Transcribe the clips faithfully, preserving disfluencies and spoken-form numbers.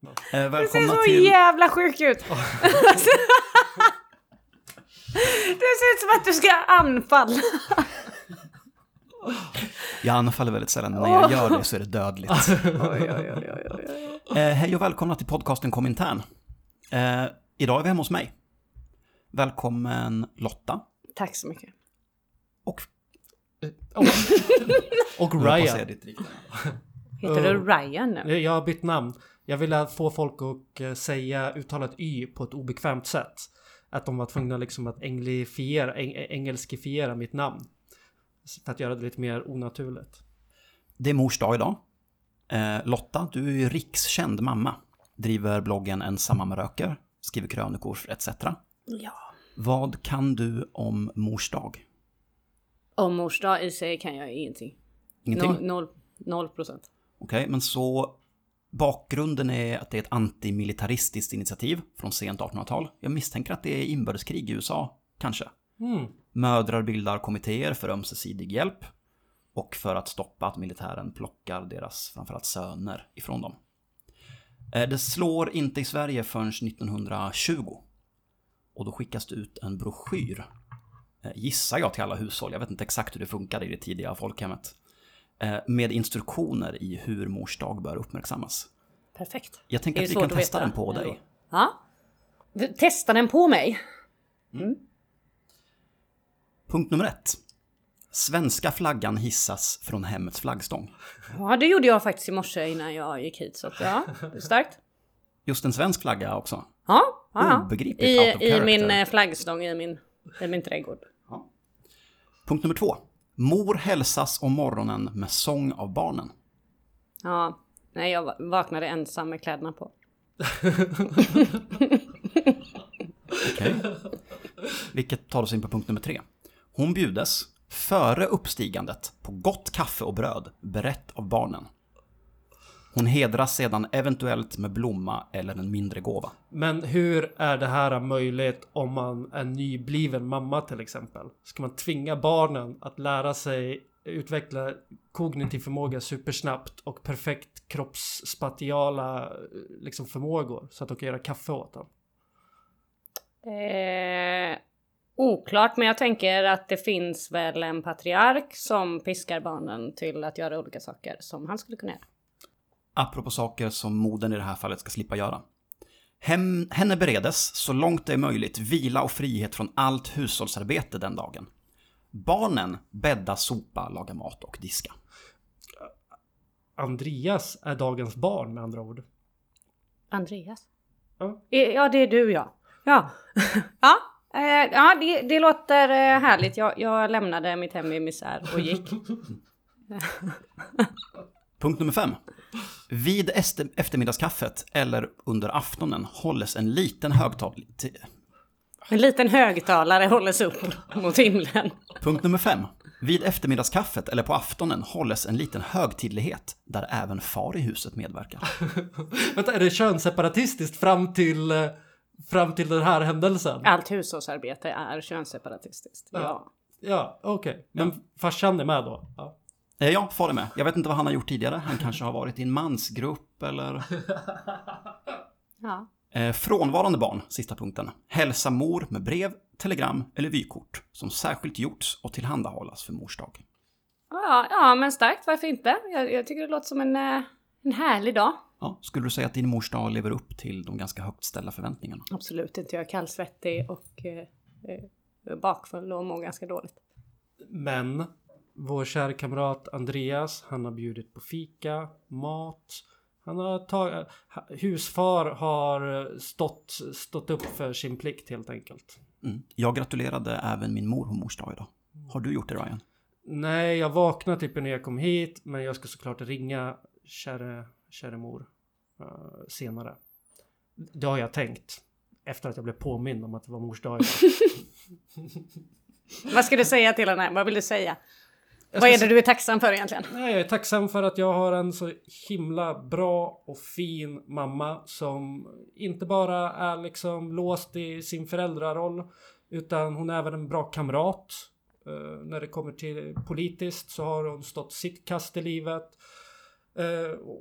Eh, välkomna det ser så till... jävla sjuk ut. Det ser ut som att du ska anfalla. Jag anfaller väldigt sällan, när jag gör det så är det dödligt. Oj, oj, oj, oj, oj. Eh, hej och välkomna till podcasten Komintern. Eh, idag är vi hemma hos mig. Välkommen Lotta. Tack så mycket. Och... Oh. Och Ryan. Heter du Ryan nu? Jag har bytt namn. Jag ville få folk att säga uttalat Y på ett obekvämt sätt. Att de var tvungna liksom att englifiera, eng, engelskifiera mitt namn. För att göra det lite mer onaturligt. Det är mors dag idag. Eh, Lotta, du är ju rikskänd mamma. Driver bloggen Ensamma med röker. Skriver krönikor et cetera. Ja. Vad kan du om mors dag? Om mors dag i sig kan jag ingenting. Ingenting? Noll, noll, noll procent. Okej, okay, men så bakgrunden är att det är ett antimilitaristiskt initiativ från sent artonhundratal. Jag misstänker att det är inbördeskrig i U S A, kanske. Mm. Mödrar bildar kommittéer för ömsesidig hjälp och för att stoppa att militären plockar deras framförallt söner ifrån dem. Det slår inte i Sverige förrän nittonhundratjugo och då skickas det ut en broschyr, gissar jag, till alla hushåll. Jag vet inte exakt hur det funkade i det tidiga folkhemmet. Med instruktioner i hur mors dag bör uppmärksammas. Perfekt. Jag tänker att vi kan testa den på dig. Ja. Testa den på mig. Mm. Punkt nummer ett. Svenska flaggan hissas från hemmets flaggstång. Ja, det gjorde jag faktiskt i morse innan jag gick hit. Så att, ja, det är starkt. Just en svensk flagga också. Ja, ja. Obegripligt. I, i min flaggstång, i min, i min trädgård. Ja. Punkt nummer två. Mor hälsas om morgonen med sång av barnen. Ja, nej, jag vaknade ensam med kläderna på. Okej. Okay. Vilket tar oss in på punkt nummer tre. Hon bjudes före uppstigandet på gott kaffe och bröd berett av barnen. Hon hedras sedan eventuellt med blomma eller en mindre gåva. Men hur är det här möjligt om man är nybliven mamma till exempel? Ska man tvinga barnen att lära sig utveckla kognitiv förmåga supersnabbt och perfekt kroppsspatiala liksom, förmågor så att de kan göra kaffe åt dem? Eh, oklart, men jag tänker att det finns väl en patriark som piskar barnen till att göra olika saker som han skulle kunna göra. Apropå saker som modern i det här fallet ska slippa göra. Hem, henne beredes så långt det är möjligt vila och frihet från allt hushållsarbete den dagen. Barnen bädda, sopa, laga mat och diska. Andreas är dagens barn med andra ord. Andreas? Ja, ja det är du, ja. Ja, ja, eh, ja det, det låter eh, härligt. Jag, jag lämnade mitt hem i misär och gick. Punkt nummer fem. Vid eftermiddagskaffet eller under aftonen hålles en liten högtalare. En liten högtalare hålles upp mot himlen. Punkt nummer fem. Vid eftermiddagskaffet eller på aftonen hålles en liten högtidlighet där även far i huset medverkar. Vänta, är det könsseparatistiskt fram till, fram till den här händelsen? Allt hushållsarbete är könsseparatistiskt, ja. Ja, ja okej. Okay. Men ja. Farsan är med då? Ja. Ja, far är med. Jag vet inte vad han har gjort tidigare. Han kanske har varit i en mansgrupp eller... Ja. Eh, frånvarande barn, sista punkten. Hälsa mor med brev, telegram eller vykort som särskilt gjorts och tillhandahållas för mors dag. Ja, ja, men starkt. Varför inte? Jag, jag tycker det låter som en, en härlig dag. Ja, skulle du säga att din mors dag lever upp till de ganska högt ställda förväntningarna? Absolut inte. Jag är kallsvettig och eh, bakfull och mår ganska dåligt. Men... Vår kära kamrat Andreas, han har bjudit på fika, mat. Han har tagit, husfar har stått, stått upp för sin plikt helt enkelt. Mm. Jag gratulerade även min mor på mors dag idag. Har du gjort det, Ryan? Nej, jag vaknade typ när jag kom hit. Men jag ska såklart ringa kära, kära mor uh, senare. Det har jag tänkt. Efter att jag blev påmind om att det var mors dag idag. Vad ska du säga till henne? Vad vill du säga? Vad är det du är tacksam för egentligen? Nej, jag är tacksam för att jag har en så himla bra och fin mamma som inte bara är liksom låst i sin föräldraroll utan hon är även en bra kamrat. Uh, när det kommer till politiskt så har hon stått sitt kast i livet. Uh,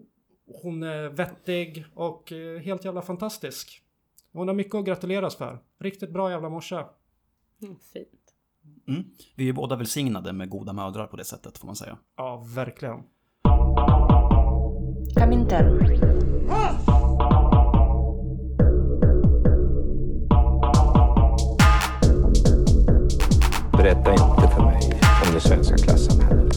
hon är vettig och helt jävla fantastisk. Hon har mycket att gratuleras för. Riktigt bra jävla morsa. Mm, fint. Mm. Vi är båda välsignade med goda mödrar på det sättet, får man säga. Ja, verkligen. Kaminter. Berätta inte för mig om det svenska klassamhället.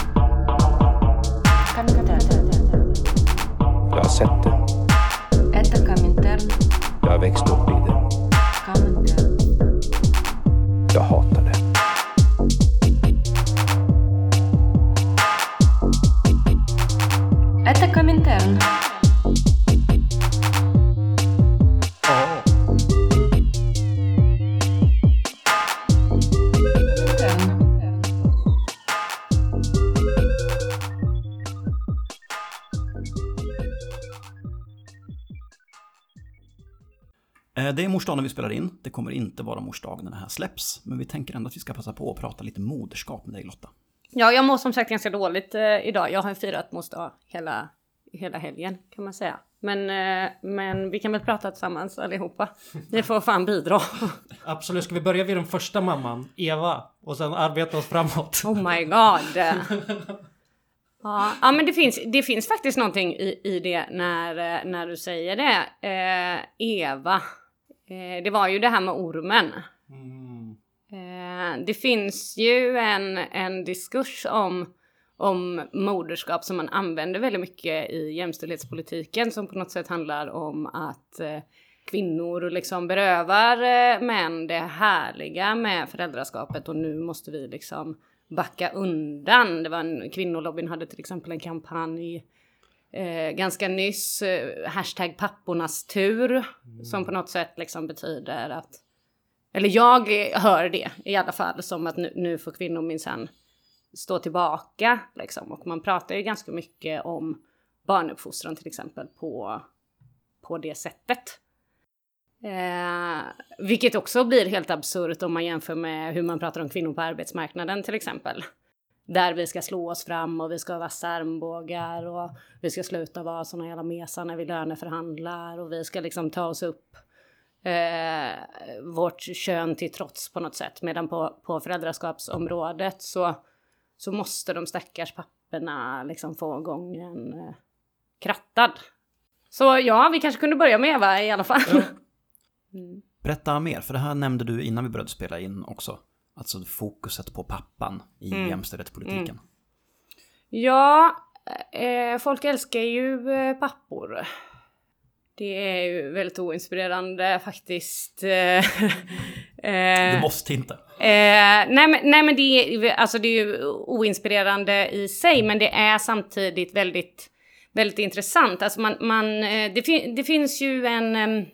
Jag har sett det. Это Коминтерн. Jag har växt upp i det. Коминтерн. Jag hatar det. Это Коминтерн. Det är morsdagen när vi spelar in. Det kommer inte vara morsdag när det här släpps. Men vi tänker ändå att vi ska passa på att prata lite moderskap med dig, Lotta. Ja, jag mår som sagt ganska dåligt eh, idag. Jag har firat morsdag hela, hela helgen kan man säga. Men, eh, men vi kan väl prata tillsammans allihopa. Vi får fan bidra. Absolut. Ska vi börja vid den första mamman, Eva, och sen arbeta oss framåt? Oh my god. Ja, ja, men det finns, det finns faktiskt någonting i, i det när, när du säger det. Eh, Eva. Eh, det var ju det här med ormen. Mm. Eh, det finns ju en, en diskurs om, om moderskap som man använder väldigt mycket i jämställdhetspolitiken. Som på något sätt handlar om att eh, kvinnor liksom berövar eh, män det härliga med föräldraskapet. Och nu måste vi liksom backa undan. Det var en, kvinnolobbyn hade till exempel en kampanj eh, ganska nyss, eh, hashtag pappornas tur, mm. som på något sätt liksom betyder att, eller jag hör det i alla fall som att nu, nu får kvinnor minsann stå tillbaka liksom. Och man pratar ju ganska mycket om barnuppfostran till exempel på, på det sättet. Eh, vilket också blir helt absurt om man jämför med hur man pratar om kvinnor på arbetsmarknaden till exempel. Där vi ska slå oss fram och vi ska ha vassa armbågar och vi ska sluta vara såna jävla mesar när vi löneförhandlar och vi ska liksom ta oss upp eh, vårt kön till trots på något sätt. Medan på, på föräldraskapsområdet så, så måste de stackars papperna liksom få gången eh, krattad. Så ja, vi kanske kunde börja med Eva i alla fall. Ja. Mm. Berätta mer, för det här nämnde du innan vi började spela in också. Alltså fokuset på pappan i mm. jämställdhetspolitiken. Mm. Ja, eh, folk älskar ju eh, pappor. Det är ju väldigt oinspirerande faktiskt. eh, du måste inte. Eh, nej, men, nej men det är, alltså, det är ju oinspirerande i sig, men det är samtidigt väldigt, väldigt intressant. Alltså man, man, det, fin- det finns ju en... en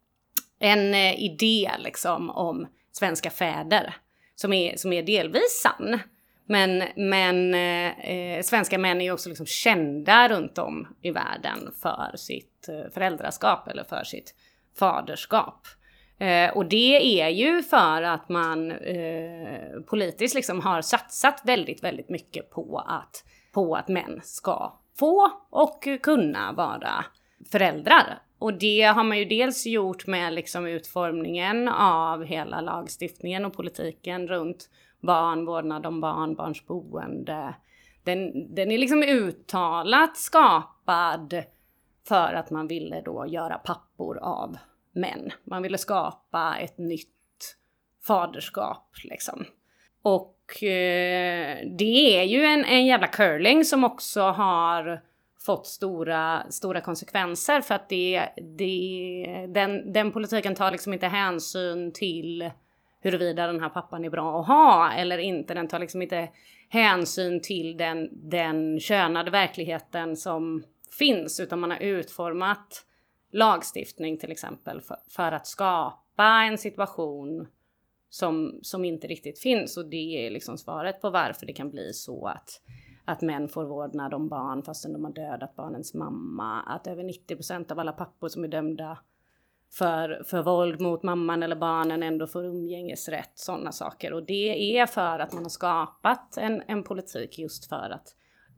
idé liksom om svenska fäder som är, som är delvis sann. Men, men eh, svenska män är ju också liksom kända runt om i världen för sitt föräldraskap eller för sitt faderskap. Eh, och det är ju för att man eh, politiskt liksom har satsat väldigt, väldigt mycket på att, på att män ska få och kunna vara föräldrar. Och det har man ju dels gjort med liksom utformningen av hela lagstiftningen och politiken runt barn, vårdnad om barn, barns boende. Den, den är liksom uttalat skapad för att man ville då göra pappor av män. Man ville skapa ett nytt faderskap liksom. Och eh, det är ju en, en jävla curling som också har fått stora, stora konsekvenser för att det, det, den, den politiken tar liksom inte hänsyn till huruvida den här pappan är bra att ha eller inte. Den tar liksom inte hänsyn till den, den könade verkligheten som finns, utan man har utformat lagstiftning till exempel för, för att skapa en situation som, som inte riktigt finns. Och det är liksom svaret på varför det kan bli så att Att män får vårdnad om barn fastän de har dödat barnens mamma. Att över nittio procent av alla pappor som är dömda för, för våld mot mamman eller barnen ändå får umgängesrätt. Sådana saker. Och det är för att man har skapat en, en politik just för att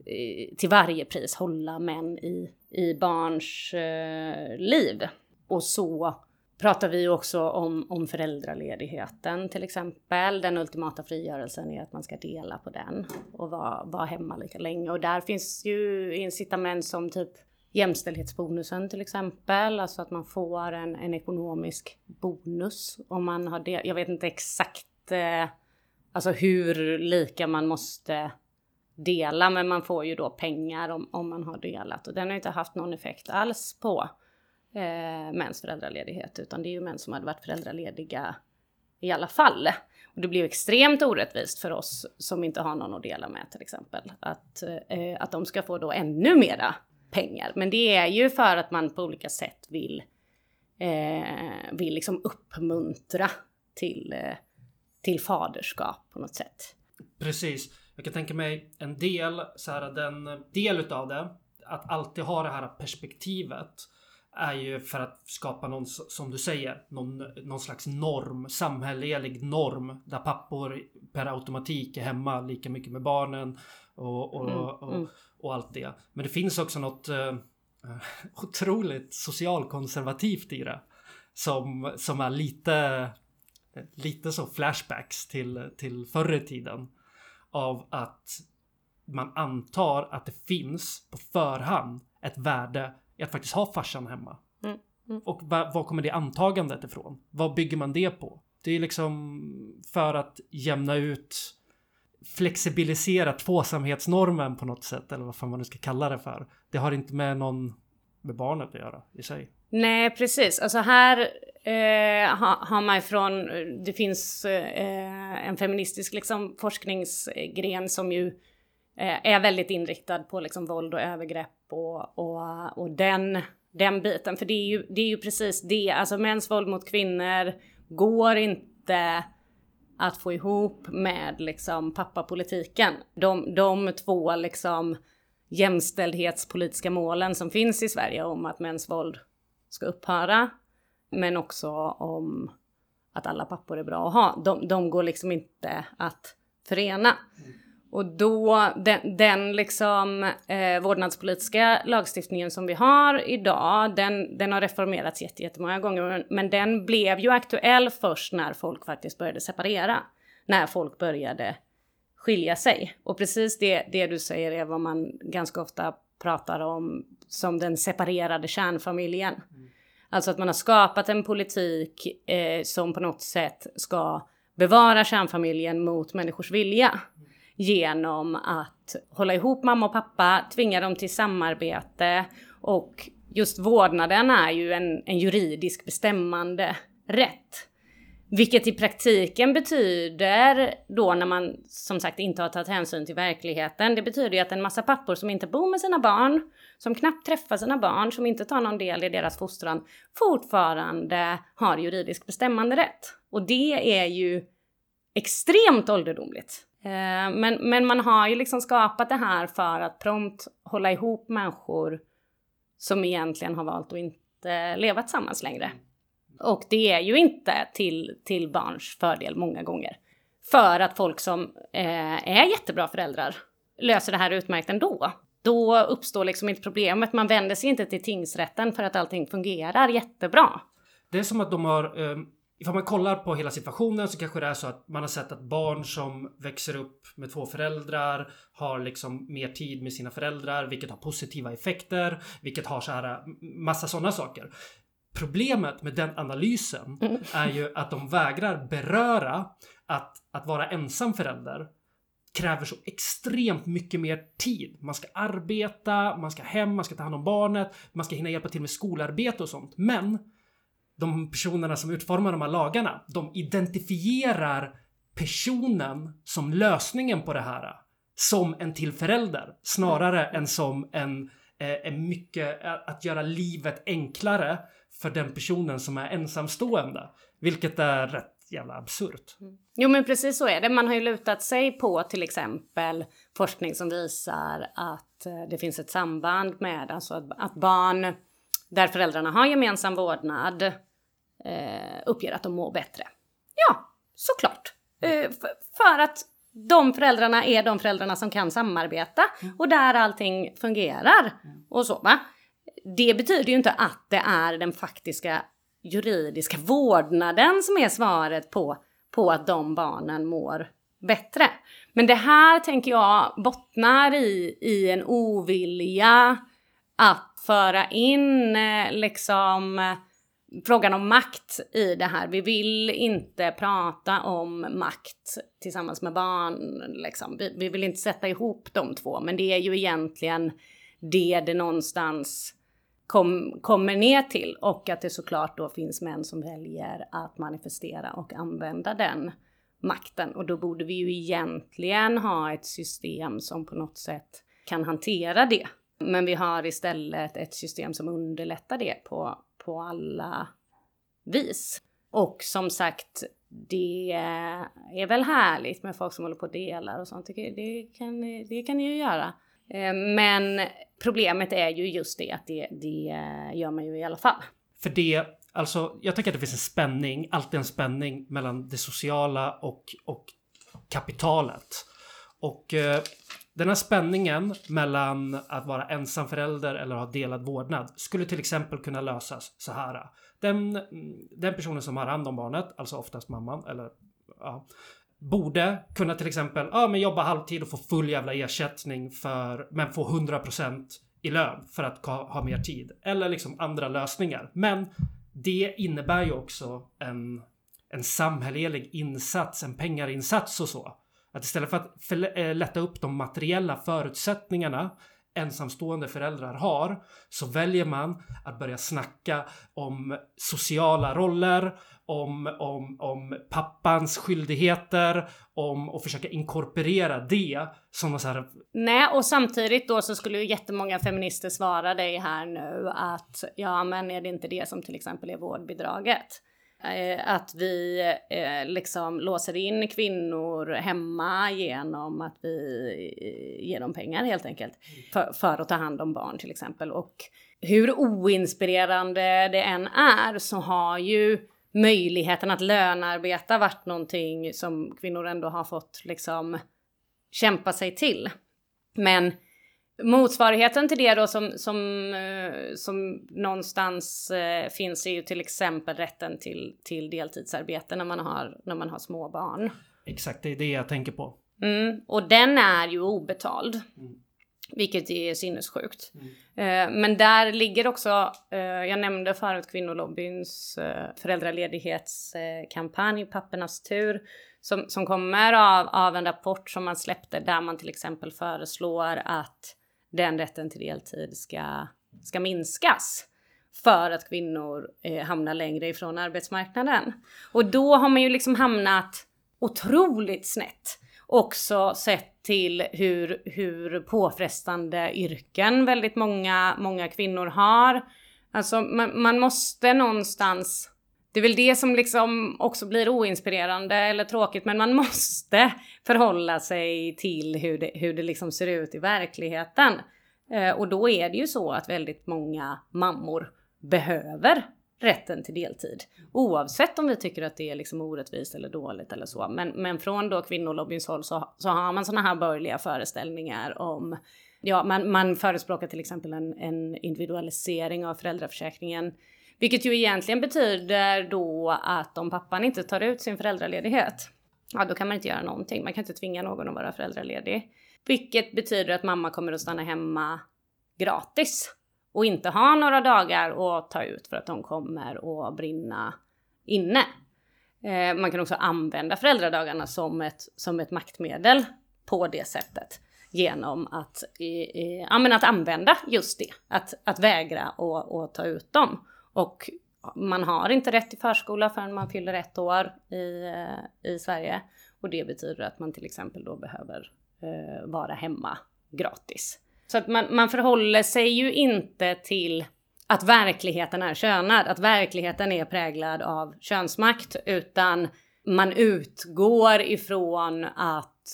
till varje pris hålla män i, i barns eh, liv. Och så pratar vi också om, om föräldraledigheten till exempel. Den ultimata frigörelsen är att man ska dela på den och vara, vara hemma lika länge. Och där finns ju incitament som typ jämställdhetsbonusen till exempel. Alltså att man får en, en ekonomisk bonus om man har det. Jag vet inte exakt eh, alltså hur lika man måste dela, men man får ju då pengar om, om man har delat. Och den har inte haft någon effekt alls på eh, mäns föräldraledighet, utan det är ju män som hade varit föräldralediga i alla fall. Och det blir extremt orättvist för oss som inte har någon att dela med till exempel. Att, eh, att de ska få då ännu mera pengar. Men det är ju för att man på olika sätt vill, eh, vill liksom uppmuntra till, eh, till faderskap på något sätt. Precis. Jag kan tänka mig en del, så här, den del utav det, att alltid ha det här perspektivet, är ju för att skapa någon, som du säger, någon, någon slags norm, samhällelig norm, där pappor per automatik är hemma lika mycket med barnen och, och, mm, och, mm. och allt det. Men det finns också något uh, otroligt socialkonservativt i det, som, som är lite, lite så flashbacks till, till förr i tiden. Av att man antar att det finns på förhand ett värde i att faktiskt ha farsan hemma. Mm. Mm. Och var, var kommer det antagandet ifrån? Vad bygger man det på? Det är liksom för att jämna ut, flexibilisera tvåsamhetsnormen på något sätt. Eller vad fan man nu ska kalla det för. Det har inte med någon med barnet att göra i sig. Nej, precis. Alltså här eh, har, har man ifrån, det finns eh, en feministisk liksom, forskningsgren som ju eh, är väldigt inriktad på liksom, våld och övergrepp och, och, och den, den biten. För det är, ju, det är ju precis det, alltså mäns våld mot kvinnor går inte att få ihop med liksom, pappapolitiken. De, de två liksom, jämställdhetspolitiska målen som finns i Sverige om att mäns våld ska upphöra, men också om att alla pappor är bra att ha. De, de går liksom inte att förena. Mm. Och då, den, den liksom eh, vårdnadspolitiska lagstiftningen som vi har idag, den, den har reformerats jätte, jättemånga gånger, men den blev ju aktuell först när folk faktiskt började separera. När folk började skilja sig. Och precis det, det du säger är vad man ganska ofta pratar om som den separerade kärnfamiljen. Mm. Alltså att man har skapat en politik eh, som på något sätt ska bevara kärnfamiljen mot människors vilja. Mm. Genom att hålla ihop mamma och pappa, tvinga dem till samarbete. Och just vårdnaden är ju en, en juridisk bestämmande rätt. Vilket i praktiken betyder då, när man som sagt inte har tagit hänsyn till verkligheten, det betyder ju att en massa pappor som inte bor med sina barn, som knappt träffar sina barn, som inte tar någon del i deras fostran, fortfarande har juridisk bestämmande rätt. Och det är ju extremt ålderdomligt. Men, men man har ju liksom skapat det här för att prompt hålla ihop människor som egentligen har valt att inte leva tillsammans längre. Och det är ju inte till, till barns fördel många gånger. För att folk som eh, är jättebra föräldrar löser det här utmärkt ändå. Då uppstår liksom inte problemet. Man vänder sig inte till tingsrätten för att allting fungerar jättebra. Det är som att de har, eh, ifall man kollar på hela situationen så kanske det är så att man har sett att barn som växer upp med två föräldrar har liksom mer tid med sina föräldrar, vilket har positiva effekter, vilket har så här massa sådana saker. Problemet med den analysen mm. är ju att de vägrar beröra att, att vara ensam förälder kräver så extremt mycket mer tid. Man ska arbeta, man ska hem, man ska ta hand om barnet, man ska hinna hjälpa till med skolarbete och sånt. Men de personerna som utformar de här lagarna, de identifierar personen som lösningen på det här som en till förälder snarare mm. än som en, en mycket att göra livet enklare för den personen som är ensamstående. Vilket är rätt jävla absurt. Mm. Jo, men precis så är det. Man har ju lutat sig på till exempel forskning som visar att det finns ett samband med alltså att, att barn där föräldrarna har gemensam vårdnad eh, uppger att de mår bättre. Ja, såklart. Eh, för, för att de föräldrarna är de föräldrarna som kan samarbeta och där allting fungerar och så, va? Det betyder ju inte att det är den faktiska juridiska vårdnaden som är svaret på, på att de barnen mår bättre. Men det här tänker jag bottnar i, i en ovilja att föra in liksom frågan om makt i det här. Vi vill inte prata om makt tillsammans med barn. Liksom. Vi, vi vill inte sätta ihop de två. Men det är ju egentligen det det någonstans kom, kommer ner till. Och att det såklart då finns män som väljer att manifestera och använda den makten. Och då borde vi ju egentligen ha ett system som på något sätt kan hantera det. Men vi har istället ett system som underlättar det på, på alla vis. Och som sagt, det är väl härligt med folk som håller på och delar och sånt. Det kan, det kan ni ju göra. Men problemet är ju just det att det, det gör man ju i alla fall. För det, alltså jag tänker att det finns en spänning, alltid en spänning mellan det sociala och, och kapitalet. Och eh, den här spänningen mellan att vara ensam förälder eller ha delad vårdnad skulle till exempel kunna lösas så här. Den, den personen som har hand om barnet, alltså oftast mamman, eller ja, borde kunna till exempel ja, men jobba halvtid och få full jävla ersättning för, men få hundra procent i lön för att ha, ha mer tid. Eller liksom andra lösningar. Men det innebär ju också en, en samhällelig insats, en pengarinsats och så. Att istället för att för, lätta upp de materiella förutsättningarna ensamstående föräldrar har, så väljer man att börja snacka om sociala roller, om, om, om pappans skyldigheter, om att försöka inkorporera det som så här. Nej, och samtidigt då så skulle ju jättemånga feminister svara dig här nu att ja, men är det inte det som till exempel är vårdbidraget? Att vi eh, liksom låser in kvinnor hemma genom att vi ger dem pengar helt enkelt. För, för att ta hand om barn till exempel. Och hur oinspirerande det än är så har ju möjligheten att lönearbeta varit någonting som kvinnor ändå har fått liksom kämpa sig till. Men motsvarigheten till det då som, som, som någonstans eh, finns är ju till exempel rätten till, till deltidsarbete när man har, när man har små barn. Exakt, det är det jag tänker på. Mm, och den är ju obetald. Mm. Vilket är sinnessjukt. Mm. Eh, men där ligger också, eh, jag nämnde förut kvinnolobbyns eh, föräldraledighetskampanj, eh, Pappernas tur. Som, som kommer av, av en rapport som man släppte där man till exempel föreslår att den rätten till deltid ska, ska minskas för att kvinnor eh, hamnar längre ifrån arbetsmarknaden. Och då har man ju liksom hamnat otroligt snett. Också sett till hur, hur påfrestande yrken väldigt många, många kvinnor har. Alltså man, man måste någonstans. Det är väl det som liksom också blir oinspirerande eller tråkigt. Men man måste förhålla sig till hur det, hur det liksom ser ut i verkligheten. Eh, och då är det ju så att väldigt många mammor behöver rätten till deltid. Oavsett om vi tycker att det är liksom orättvist eller dåligt eller så. Men, men från då kvinnolobbyns håll så, så har man såna här borgerliga föreställningar om. Ja, man, man förespråkar till exempel en, en individualisering av föräldraförsäkringen. Vilket ju egentligen betyder då att om pappan inte tar ut sin föräldraledighet, ja då kan man inte göra någonting. Man kan inte tvinga någon att vara föräldraledig. Vilket betyder att mamma kommer att stanna hemma gratis. Och inte ha några dagar att ta ut för att de kommer att brinna inne. Eh, man kan också använda föräldradagarna som ett, som ett maktmedel på det sättet. Genom att, eh, ja, men att använda just det. Att, att vägra att ta ut dem. Och man har inte rätt till förskola förrän man fyller ett år i, i Sverige. Och det betyder att man till exempel då behöver eh, vara hemma gratis. Så att man, man förhåller sig ju inte till att verkligheten är könad. Att verkligheten är präglad av könsmakt. Utan man utgår ifrån att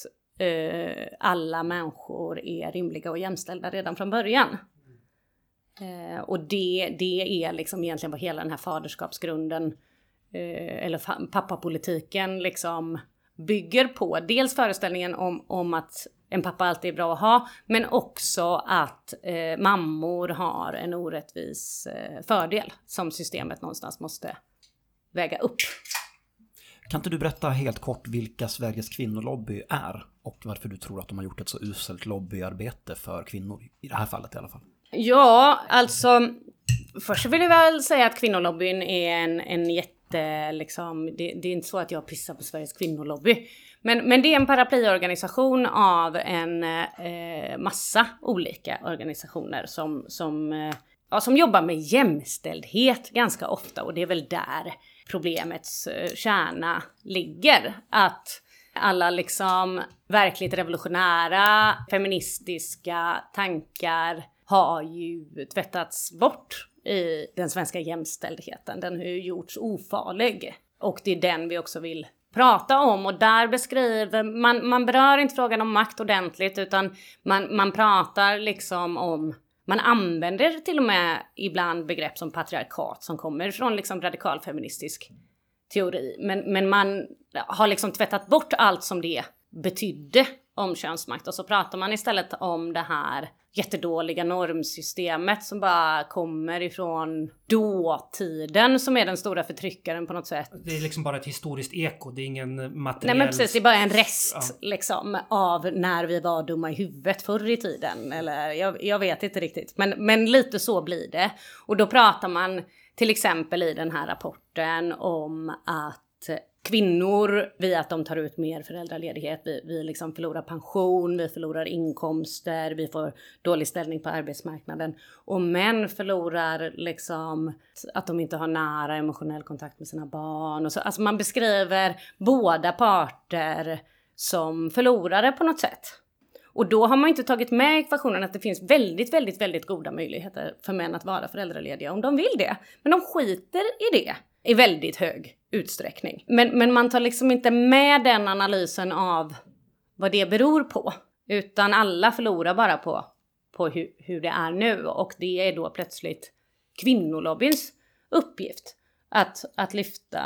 eh, alla människor är rimliga och jämställda redan från början. Eh, och det, det är liksom egentligen vad hela den här faderskapsgrunden eh, eller fa- pappapolitiken liksom bygger på dels föreställningen om, om att en pappa alltid är bra att ha, men också att eh, mammor har en orättvis eh, fördel som systemet någonstans måste väga upp. Kan inte du berätta helt kort vilka Sveriges kvinnolobby är och varför du tror att de har gjort ett så uselt lobbyarbete för kvinnor, i det här fallet i alla fall? Ja, alltså först vill jag väl säga att kvinnolobbyn är en, en jätte, liksom, det, det är inte så att jag pissar på Sveriges kvinnolobby. Men, men det är en paraplyorganisation av en eh, massa olika organisationer som, som, eh, ja, som jobbar med jämställdhet ganska ofta. Och det är väl där problemets eh, kärna ligger. Att alla liksom verkligt revolutionära feministiska tankar har ju tvättats bort i den svenska jämställdheten. Den har ju gjorts ofarlig. Och det är den vi också vill prata om. Och där beskriver man, man berör inte frågan om makt ordentligt, utan man, man pratar liksom om, man använder till och med ibland begrepp som patriarkat som kommer från liksom radikal feministisk teori. Men, men man har liksom tvättat bort allt som det betydde om könsmakt. Och så pratar man istället om det här jättedåliga normsystemet som bara kommer ifrån dåtiden, som är den stora förtryckaren på något sätt. Det är liksom bara ett historiskt eko, det är ingen materiell... Nej men precis, det är bara en rest Ja. liksom av när vi var dumma i huvudet förr i tiden. Eller jag, jag vet inte riktigt, men, men lite så blir det. Och då pratar man till exempel i den här rapporten om att kvinnor, via att de tar ut mer föräldraledighet, vi, vi liksom förlorar pension, vi förlorar inkomster, vi får dålig ställning på arbetsmarknaden. Och män förlorar liksom att de inte har nära emotionell kontakt med sina barn. Och så. Alltså man beskriver båda parter som förlorare på något sätt. Och då har man inte tagit med i ekvationen att det finns väldigt, väldigt, väldigt goda möjligheter för män att vara föräldralediga om de vill det. Men de skiter i det i väldigt hög utsträckning. Men, men man tar liksom inte med den analysen av vad det beror på. Utan alla förlorar bara på, på hur, hur det är nu. Och det är då plötsligt kvinnolobbyns uppgift att, att lyfta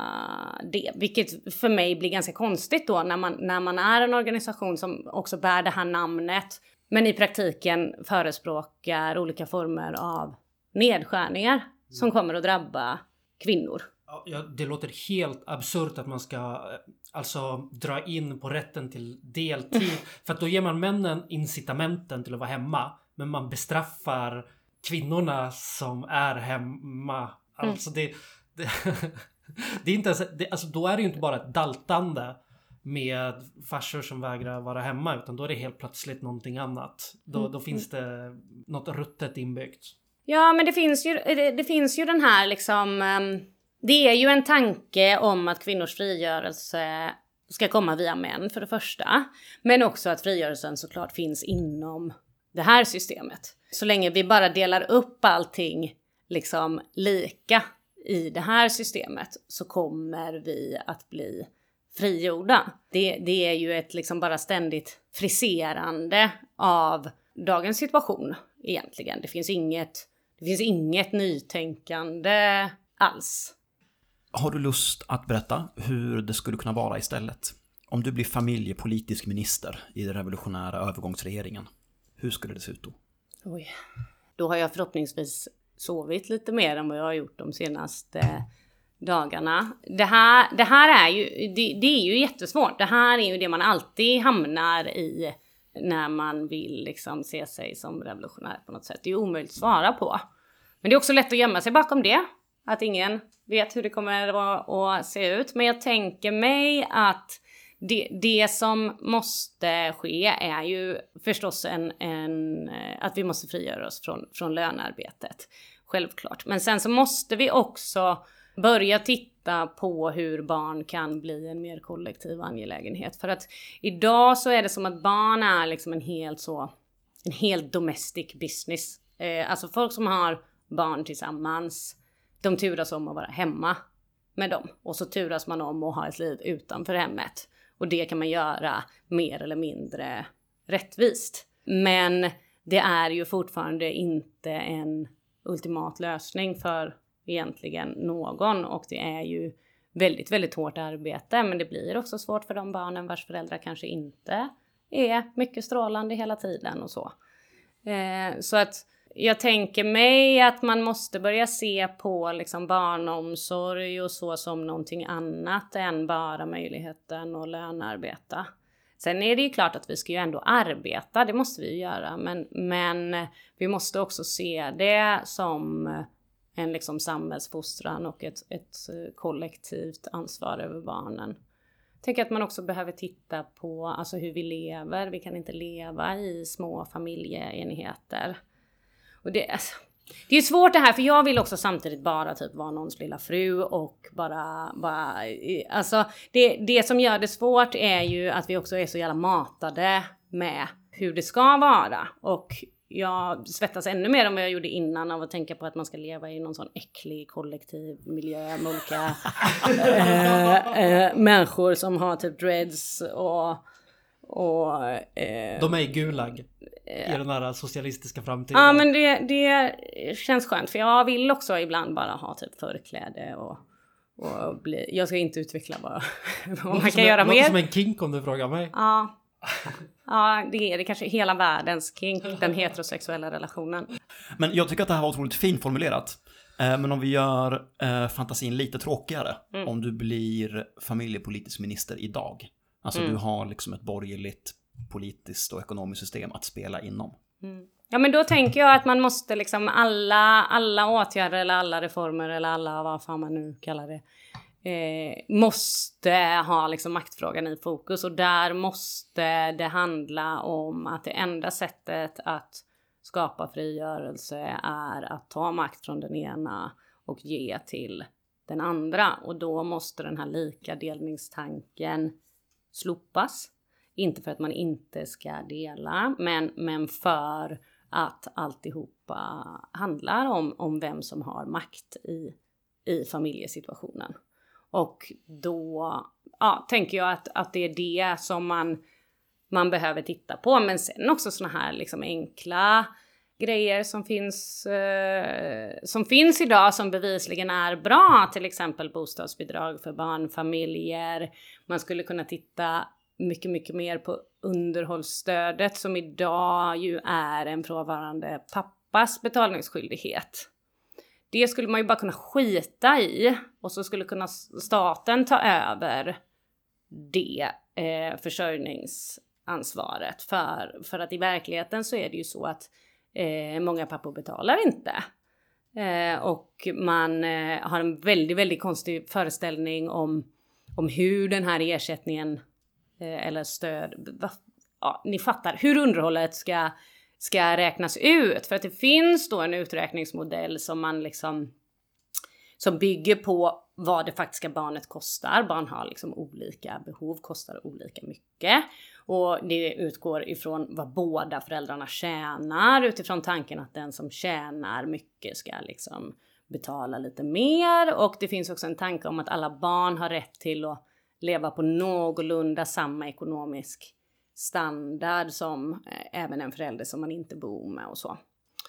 det. Vilket för mig blir ganska konstigt då när man, när man är en organisation som också bär det här namnet. Men i praktiken förespråkar olika former av nedskärningar som kommer att drabba kvinnor. Ja, det låter helt absurt att man ska alltså dra in på rätten till deltid. För att då ger man männen incitamenten till att vara hemma. Men man bestraffar kvinnorna som är hemma. Alltså det, det, det är inte ens, det, alltså då är det ju inte bara ett daltande med farsor som vägrar vara hemma. Utan då är det helt plötsligt någonting annat. Då, då finns det något ruttet inbyggt. Ja, men det finns ju, det, det finns ju den här liksom... Um, det är ju en tanke om att kvinnors frigörelse ska komma via män för det första. Men också att frigörelsen såklart finns inom det här systemet. Så länge vi bara delar upp allting liksom lika i det här systemet så kommer vi att bli frigjorda. Det, det är ju ett liksom bara ständigt friserande av dagens situation egentligen. Det finns inget, det finns inget nytänkande alls. Har du lust att berätta hur det skulle kunna vara istället? Om du blir familjepolitisk minister i den revolutionära övergångsregeringen, hur skulle det se ut då? Oj. Då har jag förhoppningsvis sovit lite mer än vad jag har gjort de senaste dagarna. Det här, det här är ju, det, det är ju jättesvårt. Det här är ju det man alltid hamnar i när man vill liksom se sig som revolutionär på något sätt. Det är ju omöjligt att svara på. Men det är också lätt att gömma sig bakom det. Att ingen vet hur det kommer att se ut. Men jag tänker mig att det, det som måste ske är ju förstås en, en, att vi måste frigöra oss från, från lönearbetet. Självklart. Men sen så måste vi också börja titta på hur barn kan bli en mer kollektiv angelägenhet. För att idag så är det som att barn är liksom en helt så, en helt domestic business. Eh, alltså folk som har barn tillsammans, de turas om att vara hemma med dem. Och så turas man om att ha ett liv utanför hemmet. Och det kan man göra mer eller mindre rättvist. Men det är ju fortfarande inte en ultimat lösning för egentligen någon. Och det är ju väldigt, väldigt hårt arbete. Men det blir också svårt för de barnen vars föräldrar kanske inte är mycket strålande hela tiden och så. Eh, så att jag tänker mig att man måste börja se på liksom barnomsorg och så som någonting annat än bara möjligheten att lönearbeta. Sen är det ju klart att vi ska ju ändå arbeta, det måste vi ju göra. Men, men vi måste också se det som en liksom samhällsfostran och ett, ett kollektivt ansvar över barnen. Jag tänker att man också behöver titta på alltså hur vi lever. Vi kan inte leva i små familjeenheter. Och det, alltså, det är svårt det här, för jag vill också samtidigt bara typ vara någons lilla fru och bara, bara alltså det, det som gör det svårt är ju att vi också är så jävla matade med hur det ska vara. Och jag svettas ännu mer än vad jag gjorde innan av att tänka på att man ska leva i någon sån äcklig kollektiv miljö med olika äh, äh, människor som har typ dreads och Och, eh, de är i Gulag eh, i den här socialistiska framtiden. Ja, men det, det känns skönt. För jag vill också ibland bara ha typ förkläde och, och bli, jag ska inte utveckla bara vad man kan en, göra mer. Låter som en kink om du frågar mig. Ja, ja det är det kanske hela världens kink, den heterosexuella relationen. Men jag tycker att det här var otroligt fint formulerat. Men om vi gör eh, fantasin lite tråkigare. Mm. Om du blir familjepolitisk minister idag. Alltså mm. du har liksom ett borgerligt politiskt och ekonomiskt system att spela inom. Mm. Ja, men då tänker jag att man måste liksom alla, alla åtgärder eller alla reformer eller alla vad fan man nu kallar det. Eh, måste ha liksom maktfrågan i fokus. Och där måste det handla om att det enda sättet att skapa frigörelse är att ta makt från den ena och ge till den andra. Och då måste den här lika delningstanken slopas. Inte för att man inte ska dela, men, men för att alltihopa handlar om, om vem som har makt i, i familjesituationen. Och då ja, tänker jag att, att det är det som man, man behöver titta på. Men sen också såna här liksom enkla grejer som finns, eh, som finns idag som bevisligen är bra. Till exempel bostadsbidrag för barnfamiljer. Man skulle kunna titta mycket, mycket mer på underhållsstödet som idag ju är en frånvarande pappas betalningsskyldighet. Det skulle man ju bara kunna skita i och så skulle kunna staten ta över det eh, försörjningsansvaret. För, för att i verkligheten så är det ju så att eh, många pappor betalar inte. Eh, och man eh, har en väldigt, väldigt konstig föreställning om, om hur den här ersättningen eh, eller stöd, va, ja, ni fattar, hur underhållet ska ska räknas ut. För att det finns då en uträkningsmodell som man liksom som bygger på vad det faktiska barnet kostar. Barn har liksom olika behov, kostar olika mycket. Och det utgår ifrån vad båda föräldrarna tjänar. Utifrån tanken att den som tjänar mycket ska liksom betala lite mer. Och det finns också en tanke om att alla barn har rätt till att leva på någorlunda samma ekonomisk standard som eh, även en förälder som man inte bor med och så.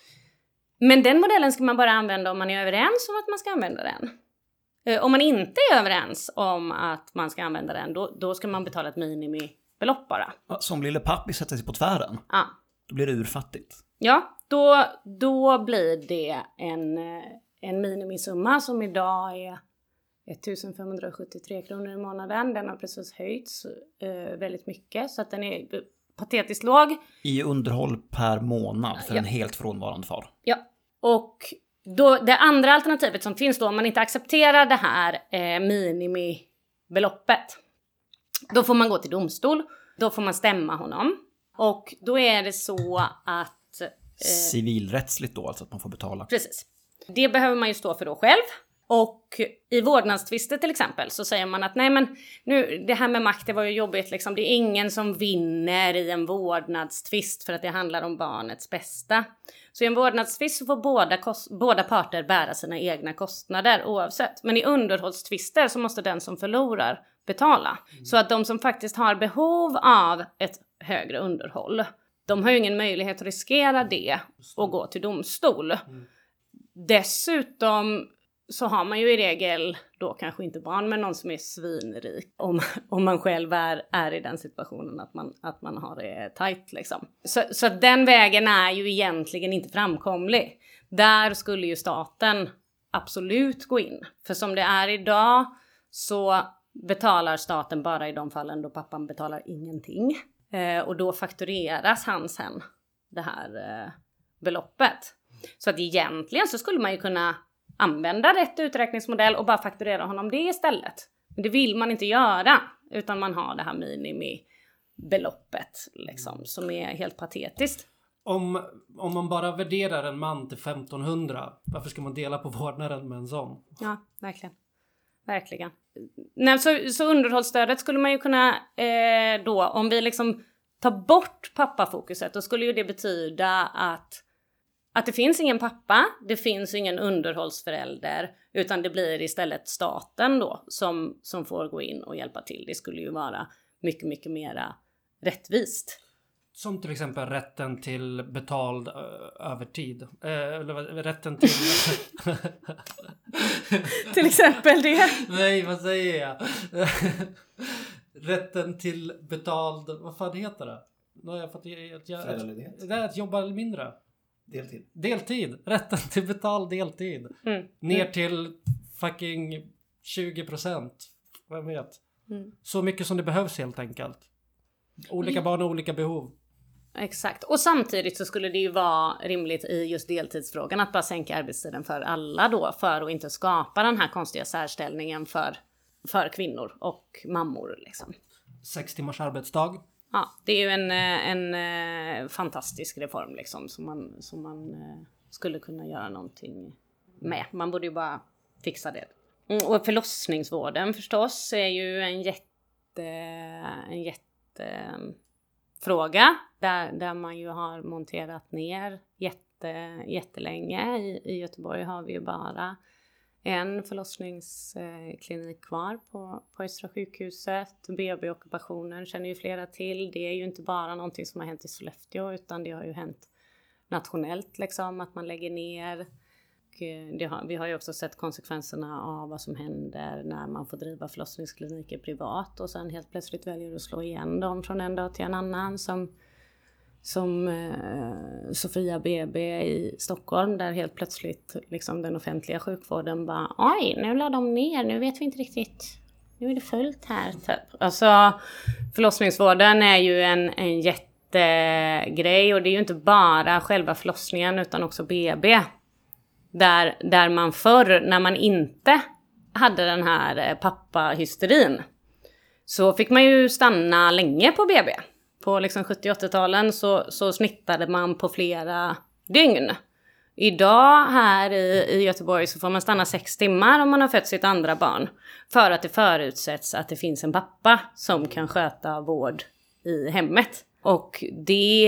Men den modellen ska man bara använda om man är överens om att man ska använda den. Eh, om man inte är överens om att man ska använda den, då, då ska man betala ett minimibelopp bara. Som lille pappi sätter sig på tvären. Ja. Då blir det urfattigt. Ja, då, då blir det en, en minimisumma som idag är ettusen femhundrasjuttiotre kronor i månaden. Den har precis höjts eh, väldigt mycket. Så att den är patetiskt låg. I underhåll per månad för ja. en helt frånvarande far. Ja, och då, det andra alternativet som finns då, om man inte accepterar det här eh, minimibeloppet. Då får man gå till domstol. Då får man stämma honom. Och då är det så att... Eh, civilrättsligt då, alltså att man får betala. Precis. Det behöver man ju stå för då själv. Och i vårdnadstvister till exempel så säger man att nej men nu det här med makt det var ju jobbigt liksom. Det är ingen som vinner i en vårdnadstvist för att det handlar om barnets bästa. Så i en vårdnadstvist så får båda, kost- båda parter bära sina egna kostnader oavsett. Men i underhållstvister så måste den som förlorar betala. Mm. Så att de som faktiskt har behov av ett högre underhåll, de har ju ingen möjlighet att riskera det och gå till domstol. Mm. Dessutom så har man ju i regel då kanske inte barn med någon som är svinrik. Om, om man själv är, är i den situationen att man, att man har det tajt liksom. Så, så den vägen är ju egentligen inte framkomlig. Där skulle ju staten absolut gå in. För som det är idag så betalar staten bara i de fallen då pappan betalar ingenting. Eh, och då faktureras han sen det här eh, beloppet. Så att egentligen så skulle man ju kunna använda rätt uträkningsmodell och bara fakturera honom det istället. Men det vill man inte göra, utan man har det här minimibeloppet liksom, som är helt patetiskt. Om, om man bara värderar en man till femtonhundra, varför ska man dela på vårdnaden med en sån? Ja, verkligen. Verkligen. Nej, så, så underhållsstödet skulle man ju kunna eh, då, om vi liksom tar bort pappafokuset, då skulle ju det betyda att Att det finns ingen pappa, det finns ingen underhållsförälder, utan det blir istället staten då som, som får gå in och hjälpa till. Det skulle ju vara mycket, mycket mera rättvist. Som till exempel rätten till betald ö, övertid. Eh, eller rätten till... Till exempel det. Nej, vad säger jag? Rätten till betald... Vad fan heter det? No, jag fått, jag, jag, att, det är att jobba mindre. Deltid. Deltid. Rätten till betald deltid. Mm. Ner till fucking tjugo procent. Vem vet. Mm. Så mycket som det behövs helt enkelt. Olika barn och olika behov. Exakt. Och samtidigt så skulle det ju vara rimligt i just deltidsfrågan att bara sänka arbetstiden för alla då. För att inte skapa den här konstiga särställningen för, för kvinnor och mammor liksom. Sex timmars arbetsdag. Ja, det är ju en, en, en fantastisk reform liksom, som man, som man skulle kunna göra någonting med. Man borde ju bara fixa det. Och förlossningsvården förstås är ju en jätte, en jättefråga. Där, där man ju har monterat ner jätte, jättelänge. I, I Göteborg har vi ju bara en förlossningsklinik kvar på, på Östra sjukhuset. B B-ockupationen känner ju flera till. Det är ju inte bara någonting som har hänt i Sollefteå, utan det har ju hänt nationellt liksom, att man lägger ner. Och det har, vi har ju också sett konsekvenserna av vad som händer när man får driva förlossningskliniker privat och sen helt plötsligt väljer att slå igen dem från en dag till en annan, som Som eh, Sofia B B i Stockholm, där helt plötsligt liksom, den offentliga sjukvården bara, oj, nu la de ner, nu vet vi inte riktigt, nu är det fullt här typ. Alltså förlossningsvården är ju en, en jättegrej, och det är ju inte bara själva förlossningen utan också B B. Där, där man förr, när man inte hade den här pappahysterin, så fick man ju stanna länge på B B. På liksom sjuttio- och åttio-talen så, så snittade man på flera dygn. Idag här i, i Göteborg så får man stanna sex timmar om man har fött sitt andra barn. För att det förutsätts att det finns en pappa som kan sköta vård i hemmet. Och det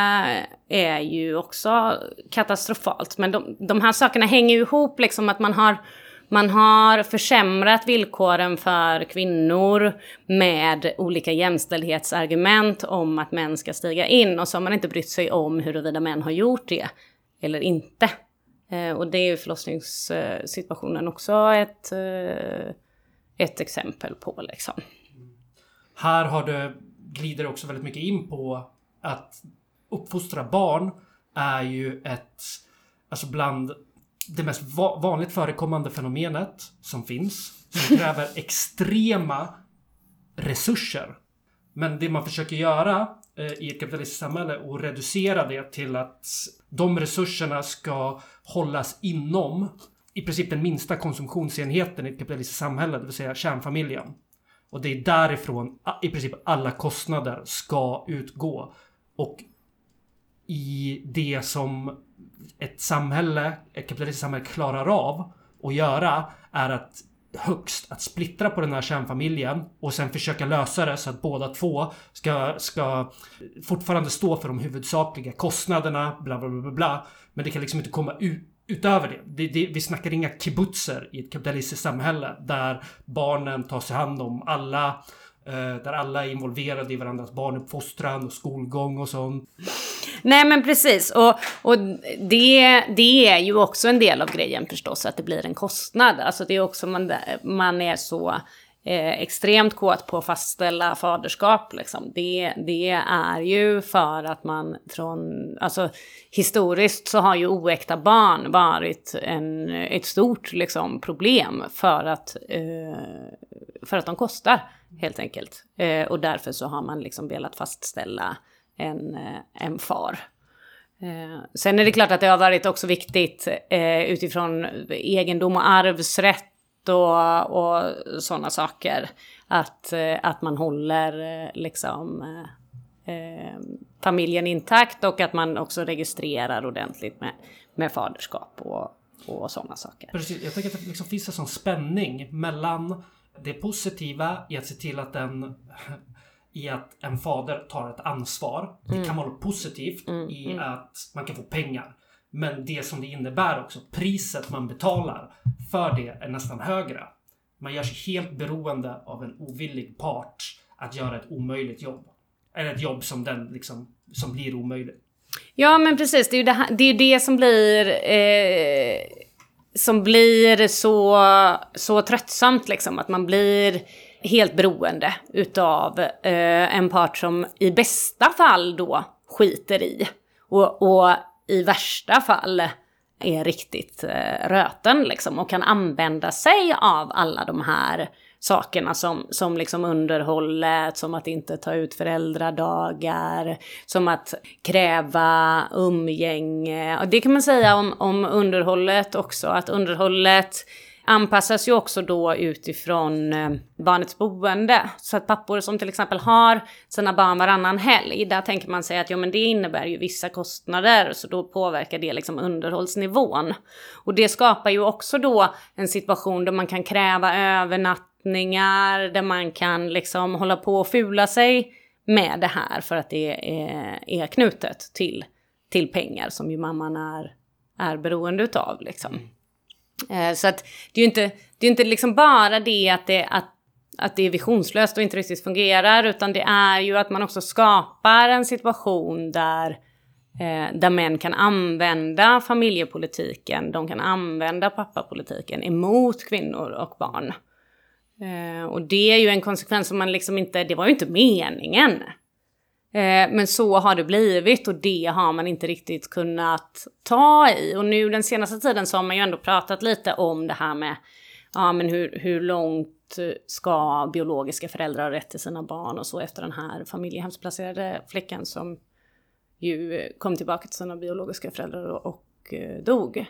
är ju också katastrofalt. Men de, de här sakerna hänger ju ihop, liksom att man har... Man har försämrat villkoren för kvinnor med olika jämställdhetsargument om att män ska stiga in. Och så har man inte brytt sig om huruvida män har gjort det eller inte. Eh, och det är ju förlossningssituationen också ett, eh, ett exempel på. Liksom. Här har du, glider också väldigt mycket in på att uppfostra barn är ju ett, alltså bland... det mest va- vanligt förekommande fenomenet som finns, som kräver extrema resurser. Men det man försöker göra eh, i ett kapitalistiskt samhälle och reducera det till att de resurserna ska hållas inom i princip den minsta konsumtionsenheten i ett kapitalistiskt samhälle, det vill säga kärnfamiljen. Och det är därifrån i princip alla kostnader ska utgå. Och i det som ett samhälle, ett kapitalistiskt samhälle klarar av att göra är att högst att splittra på den här kärnfamiljen och sen försöka lösa det så att båda två ska, ska fortfarande stå för de huvudsakliga kostnaderna, bla bla bla bla. Men det kan liksom inte komma ut, utöver det. Det, det. Vi snackar inga kibbutzer i ett kapitalistiskt samhälle där barnen tar sig hand om alla, där alla är involverade i varandras barnuppfostran och skolgång och sånt. Nej men precis, och, och det, det är ju också en del av grejen förstås, att det blir en kostnad. Alltså det är också, man, man är så eh, extremt kåt på att fastställa faderskap liksom. Det, det är ju för att man från, alltså historiskt så har ju oäkta barn varit en, ett stort liksom problem för att, eh, för att de kostar helt enkelt. Eh, och därför så har man liksom velat fastställa en, en far. Eh, sen är det klart att det har varit också viktigt eh, utifrån egendom och arvsrätt och, och sådana saker. Att, eh, att man håller eh, liksom, eh, familjen intakt och att man också registrerar ordentligt med, med faderskap och, och sådana saker. Precis, jag tänker att det liksom finns en sån spänning mellan det positiva i att se till att den... i att en fader tar ett ansvar. Det mm. kan vara positivt mm. i mm. att man kan få pengar. Men det som det innebär också, priset man betalar för det är nästan högre. Man gör sig helt beroende av en ovillig part att göra ett omöjligt jobb. Eller ett jobb som, den liksom, som blir omöjligt. Ja men precis, det är ju det, här, det, är ju det som blir... Eh, som blir så, så tröttsamt liksom. Att man blir... helt beroende utav eh, en part som i bästa fall då skiter i. Och, och i värsta fall är riktigt eh, röten liksom. Och kan använda sig av alla de här sakerna som, som liksom underhållet. Som att inte ta ut föräldradagar. Som att kräva umgänge. Och det kan man säga om, om underhållet också. Att underhållet... anpassas ju också då utifrån eh, barnets boende. Så att pappor som till exempel har sina barn varannan helg, där tänker man sig att ja, men det innebär ju vissa kostnader, så då påverkar det liksom underhållsnivån. Och det skapar ju också då en situation där man kan kräva övernattningar, där man kan liksom hålla på och fula sig med det här för att det är, är knutet till, till pengar som ju mamman är, är beroende utav liksom. Så att det är ju inte, det är inte liksom bara det att, det att att det är visionslöst och inte riktigt fungerar, utan det är ju att man också skapar en situation där, eh, där män kan använda familjepolitiken, de kan använda pappapolitiken emot kvinnor och barn. Eh, och det är ju en konsekvens som man liksom inte, det var ju inte meningen. Men så har det blivit och det har man inte riktigt kunnat ta i. Och nu den senaste tiden så har man ju ändå pratat lite om det här med ja, men hur, hur långt ska biologiska föräldrar ha rätt till sina barn och så, efter den här familjehemsplacerade flickan som ju kom tillbaka till sina biologiska föräldrar och, och dog.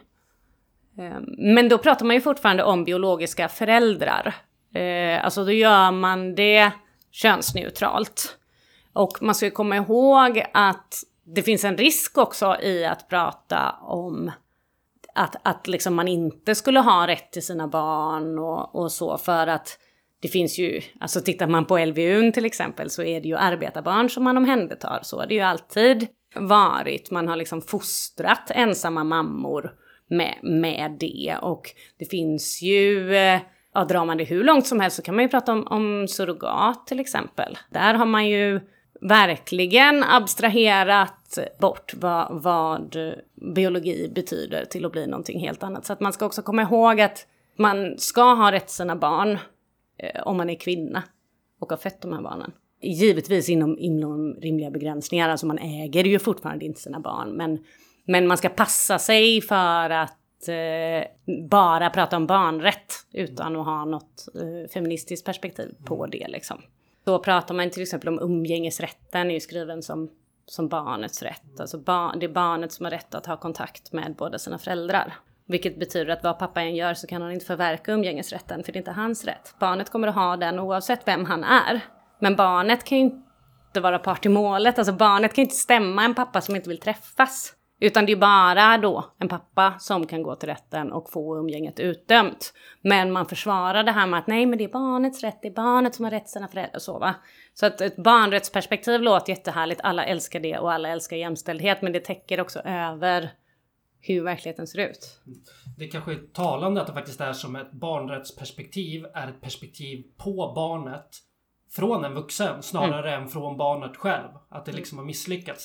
Men då pratar man ju fortfarande om biologiska föräldrar. Alltså då gör man det könsneutralt. Och man ska komma ihåg att det finns en risk också i att prata om att, att liksom man inte skulle ha rätt till sina barn och, och så. För att det finns ju, alltså tittar man på L V U till exempel, så är det ju arbetarbarn som man omhändertar. Så har det ju alltid varit. Man har liksom fostrat ensamma mammor med, med det. Och det finns ju... Ja, drar man det hur långt som helst så kan man ju prata om, om surrogat till exempel. Där har man ju verkligen abstraherat bort vad, vad biologi betyder till att bli någonting helt annat. Så att man ska också komma ihåg att man ska ha rätt till sina barn eh, om man är kvinna och har fött de här barnen. Givetvis inom, inom rimliga begränsningar, alltså man äger ju fortfarande inte sina barn. Men, men man ska passa sig för att eh, bara prata om barnrätt utan att ha något eh, feministiskt perspektiv på det liksom. Då pratar man till exempel om umgängesrätten, är ju skriven som, som barnets rätt. Alltså bar, det är barnet som har rätt att ha kontakt med båda sina föräldrar. Vilket betyder att vad pappa än gör så kan han inte förverka umgängesrätten, för det är inte hans rätt. Barnet kommer att ha den oavsett vem han är. Men barnet kan ju inte vara part i målet. Alltså barnet kan inte stämma en pappa som inte vill träffas. Utan det är bara då en pappa som kan gå till rätten och få umgänget utdömt. Men man försvarar det här med att nej, men det är barnets rätt. Det är barnet som har rätt till sina föräldrar och så, va? Så att ett barnrättsperspektiv låter jättehärligt. Alla älskar det och alla älskar jämställdhet. Men det täcker också över hur verkligheten ser ut. Det kanske är talande att det faktiskt är som ett barnrättsperspektiv är ett perspektiv på barnet från en vuxen snarare mm. än från barnet själv. Att det liksom har misslyckats där.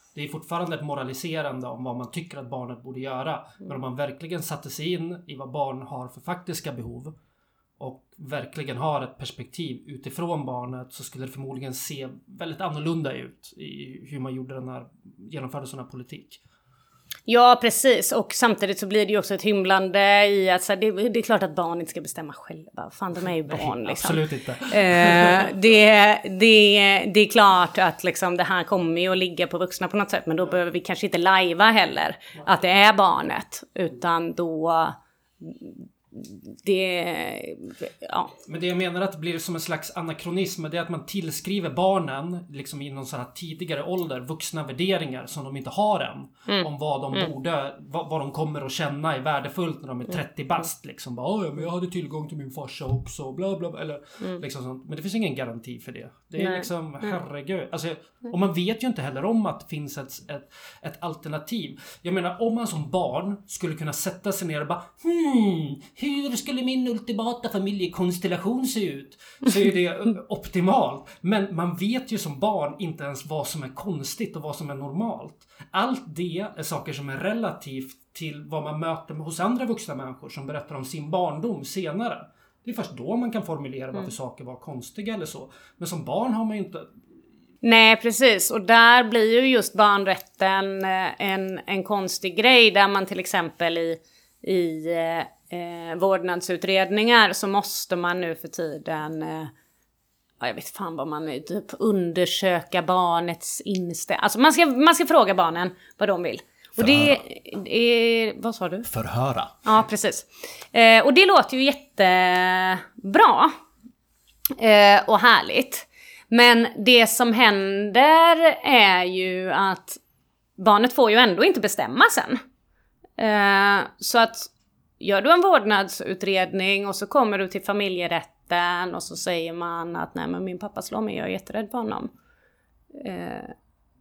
Det är fortfarande ett moraliserande om vad man tycker att barnet borde göra. Mm. Men om man verkligen satte sig in i vad barn har för faktiska behov och verkligen har ett perspektiv utifrån barnet, så skulle det förmodligen se väldigt annorlunda ut i hur man gjorde den här, genomförde sån här politik. Ja, precis. Och samtidigt så blir det ju också ett hymlande i att så här, det, det är klart att barn inte ska bestämma själva. Fan, de är ju barn. Nej, liksom. Absolut inte. eh, det, det, det är klart att liksom, det här kommer ju att ligga på vuxna på något sätt. Men då behöver vi kanske inte lajva heller att det är barnet. Utan då... Det, ja. Men det jag menar att det blir som en slags anakronism, det är att man tillskriver barnen liksom i någon sån här tidigare ålder vuxna värderingar som de inte har än. Mm. Om vad de mm. borde, vad, vad de kommer att känna är värdefullt när de är trettio bast. Liksom bara, ja men jag hade tillgång till min farsa också, bla bla bla. Eller, mm. liksom sånt. Men det finns ingen garanti för det. Det är Nej. liksom, herregud. Alltså, och man vet ju inte heller om att det finns ett, ett, ett alternativ. Jag menar, om man som barn skulle kunna sätta sig ner och bara, hmm, hur skulle min ultimata familjekonstellation se ut? Så är det optimalt. Men man vet ju som barn inte ens vad som är konstigt och vad som är normalt. Allt det är saker som är relativt till vad man möter hos andra vuxna människor som berättar om sin barndom senare. Det är först då man kan formulera varför mm. saker var konstiga eller så. Men som barn har man ju inte... Nej, precis. Och där blir ju just barnrätten en, en konstig grej där man till exempel i... i Eh, vårdnadsutredningar så måste man nu för tiden eh, ja, jag vet fan vad man är, typ undersöka barnets inställning. Alltså man ska, man ska fråga barnen vad de vill. Och det är, vad sa du? Förhöra. Ja, precis. Eh, och det låter ju jättebra eh, och härligt. Men det som händer är ju att barnet får ju ändå inte bestämma sen. Eh, så att gör du en vårdnadsutredning och så kommer du till familjerätten och så säger man att nej men min pappa slår mig, jag är jätterädd för honom. Eh,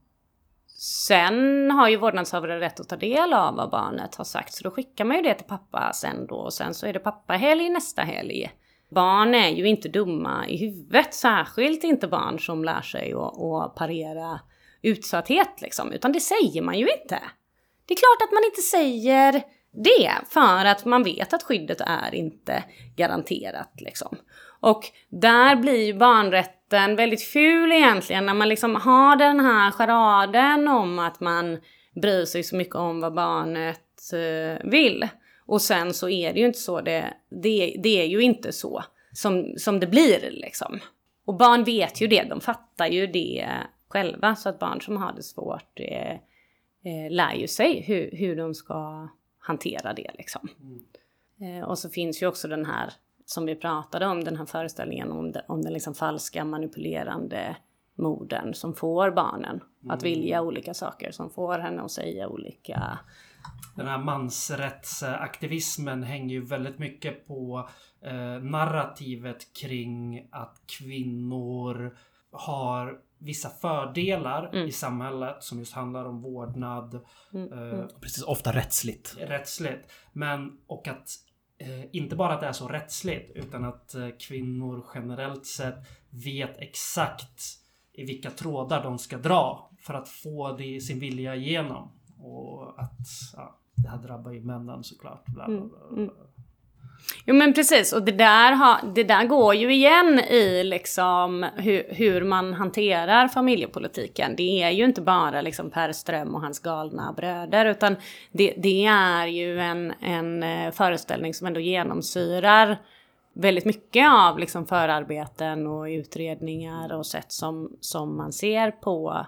sen har ju vårdnadshavaren rätt att ta del av vad barnet har sagt, så då skickar man ju det till pappa sen då, och sen så är det pappahelg nästa helg. Barn är ju inte dumma i huvudet, särskilt inte barn som lär sig att, att parera utsatthet liksom, utan det säger man ju inte. Det är klart att man inte säger det, för att man vet att skyddet är inte garanterat liksom. Och där blir ju barnrätten väldigt ful egentligen, när man liksom har den här charaden om att man bryr sig så mycket om vad barnet eh, vill. Och sen så är det ju inte så, det, det, det är ju inte så som, som det blir liksom. Och barn vet ju det, de fattar ju det själva, så att barn som har det svårt eh, eh, lär ju sig hur, hur de ska hantera det liksom. Mm. Eh, och så finns ju också den här, som vi pratade om, den här föreställningen om, det, om den liksom falska manipulerande modern som får barnen mm. att vilja olika saker, som får henne att säga olika. Den här mansrättsaktivismen hänger ju väldigt mycket på eh, narrativet kring att kvinnor har vissa fördelar mm. i samhället som just handlar om vårdnad. Mm. Eh, Precis, ofta rättsligt. Rättsligt. Men, och att eh, inte bara att det är så rättsligt, utan att eh, kvinnor generellt sett vet exakt i vilka trådar de ska dra för att få det, sin vilja igenom. Och att ja, det här drabbar ju männen såklart. Bla, bla, bla, bla. Mm. Jo men precis, och det där, har, det där går ju igen i liksom hur, hur man hanterar familjepolitiken. Det är ju inte bara liksom Per Ström och hans galna bröder, utan det, det är ju en, en föreställning som ändå genomsyrar väldigt mycket av liksom förarbeten och utredningar och sätt som, som man ser på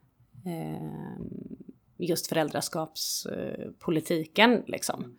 eh, just föräldraskapspolitiken liksom.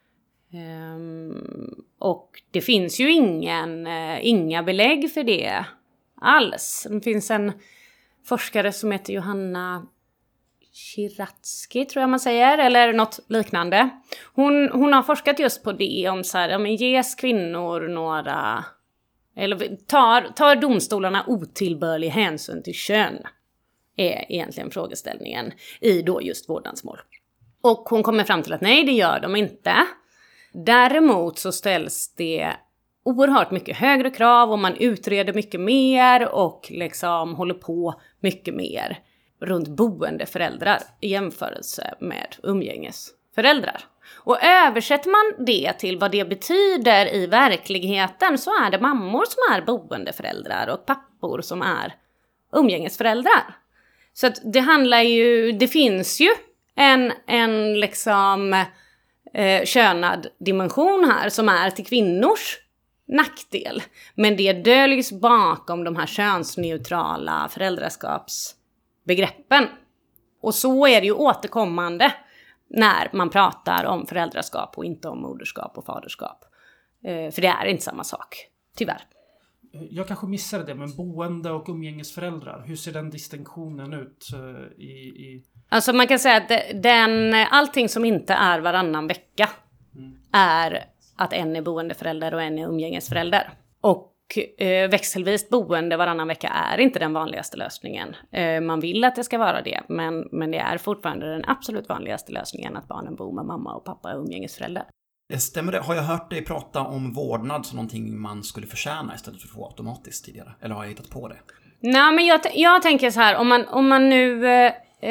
Um, och det finns ju ingen, uh, inga belägg för det alls. Det finns en forskare som heter Johanna Chiratsky, tror jag man säger, eller något liknande. Hon, hon har forskat just på det, om så här, ja, men ges kvinnor några, eller tar, tar domstolarna otillbörlig hänsyn till kön, är egentligen frågeställningen i då just vårdnadsmål. Och hon kommer fram till att nej, det gör de inte. Däremot så ställs det oerhört mycket högre krav och man utreder mycket mer och liksom håller på mycket mer. runt boendeföräldrar i jämförelse med umgängesföräldrar. Och översätter man det till vad det betyder i verkligheten så är det mammor som är boendeföräldrar och pappor som är umgängesföräldrar. Så att det handlar ju, det finns ju en, en liksom eh, könad dimension här som är till kvinnors nackdel. Men det döljs bakom de här könsneutrala föräldraskapsbegreppen. Och så är det ju återkommande när man pratar om föräldraskap och inte om moderskap och faderskap. Eh, för det är inte samma sak, tyvärr. Jag kanske missade det, men boende och umgängesföräldrar, hur ser den distinktionen ut uh, i, i... Alltså man kan säga att den, allting som inte är varannan vecka mm. är att en är boendeförälder och en är umgängesförälder. Och eh, växelvis boende varannan vecka är inte den vanligaste lösningen. Eh, man vill att det ska vara det, men, men det är fortfarande den absolut vanligaste lösningen att barnen bor med mamma och pappa och umgängesförälder. Det stämmer det. Har jag hört dig prata om vårdnad som någonting man skulle förtjäna istället för att få automatiskt tidigare? Eller har jag hittat på det? Nej, men jag, jag tänker så här, om man, om man nu... Eh,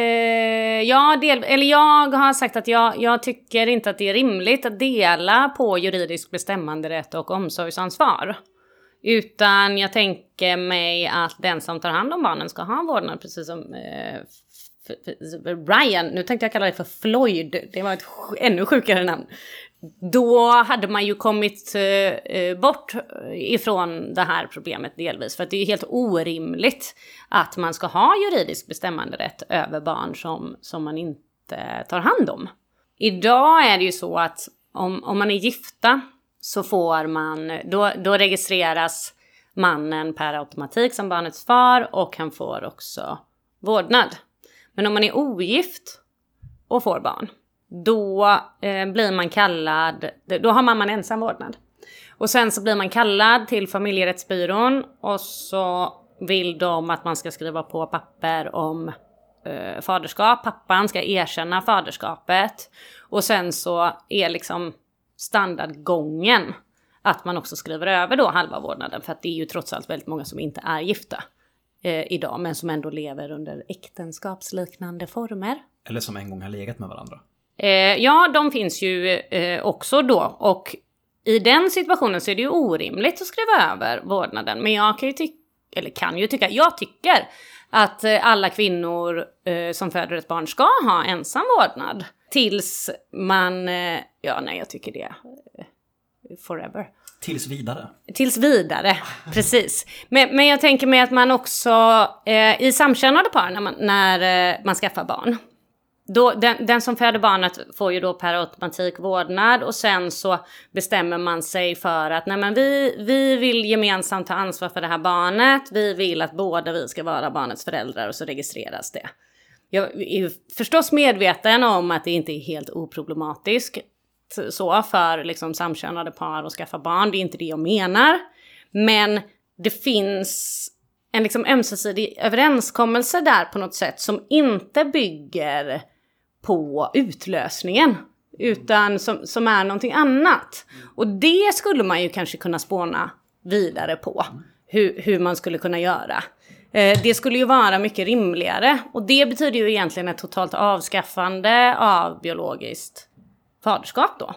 ja, del, eller jag har sagt att jag, jag tycker inte att det är rimligt att dela på juridisk bestämmanderätt och omsorgsansvar. Utan jag tänker mig att den som tar hand om barnen ska ha vårdnad, precis som eh, f- f- Ryan. Nu tänkte jag kalla det för Floyd. Det var ett sj- ännu sjukare namn. Då hade man ju kommit eh, bort ifrån det här problemet delvis. För att det är helt orimligt att man ska ha juridisk bestämmanderätt över barn som, som man inte tar hand om. Idag är det ju så att om, om man är gifta så får man, då, då registreras mannen per automatik som barnets far och han får också vårdnad. Men om man är ogift och får barn, då eh, blir man kallad, då har mamman ensam vårdnad. Och sen så blir man kallad till familjerättsbyrån och så vill de att man ska skriva på papper om eh, faderskap. Pappan ska erkänna faderskapet. Och sen så är liksom standardgången att man också skriver över då halva vårdnaden. För att det är ju trots allt väldigt många som inte är gifta eh, idag, men som ändå lever under äktenskapsliknande former. Eller som en gång har legat med varandra. Eh, ja, de finns ju eh, också då. Och i den situationen så är det ju orimligt att skriva över vårdnaden. Men jag kan ju tycka, eller kan ju tycka, jag tycker att eh, alla kvinnor eh, som föder ett barn ska ha ensam vårdnad. Tills man, eh, ja nej jag tycker det, eh, forever. Tills vidare. Tills vidare, precis. Men, men jag tänker mig att man också eh, i samkönade par när man, när, eh, man skaffar barn. Då, den, den som föder barnet får ju då per automatik vårdnad och sen så bestämmer man sig för att nej men vi, vi vill gemensamt ta ansvar för det här barnet. Vi vill att båda vi ska vara barnets föräldrar och så registreras det. Jag är förstås medveten om att det inte är helt oproblematiskt så för liksom samkönade par att skaffa barn. Det är inte det jag menar. Men det finns en liksom ömsesidig överenskommelse där på något sätt som inte bygger på utlösningen utan som, som är någonting annat. Och det skulle man ju kanske kunna spåna vidare på hur, hur man skulle kunna göra. Eh, det skulle ju vara mycket rimligare och det betyder ju egentligen ett totalt avskaffande av biologiskt faderskap då.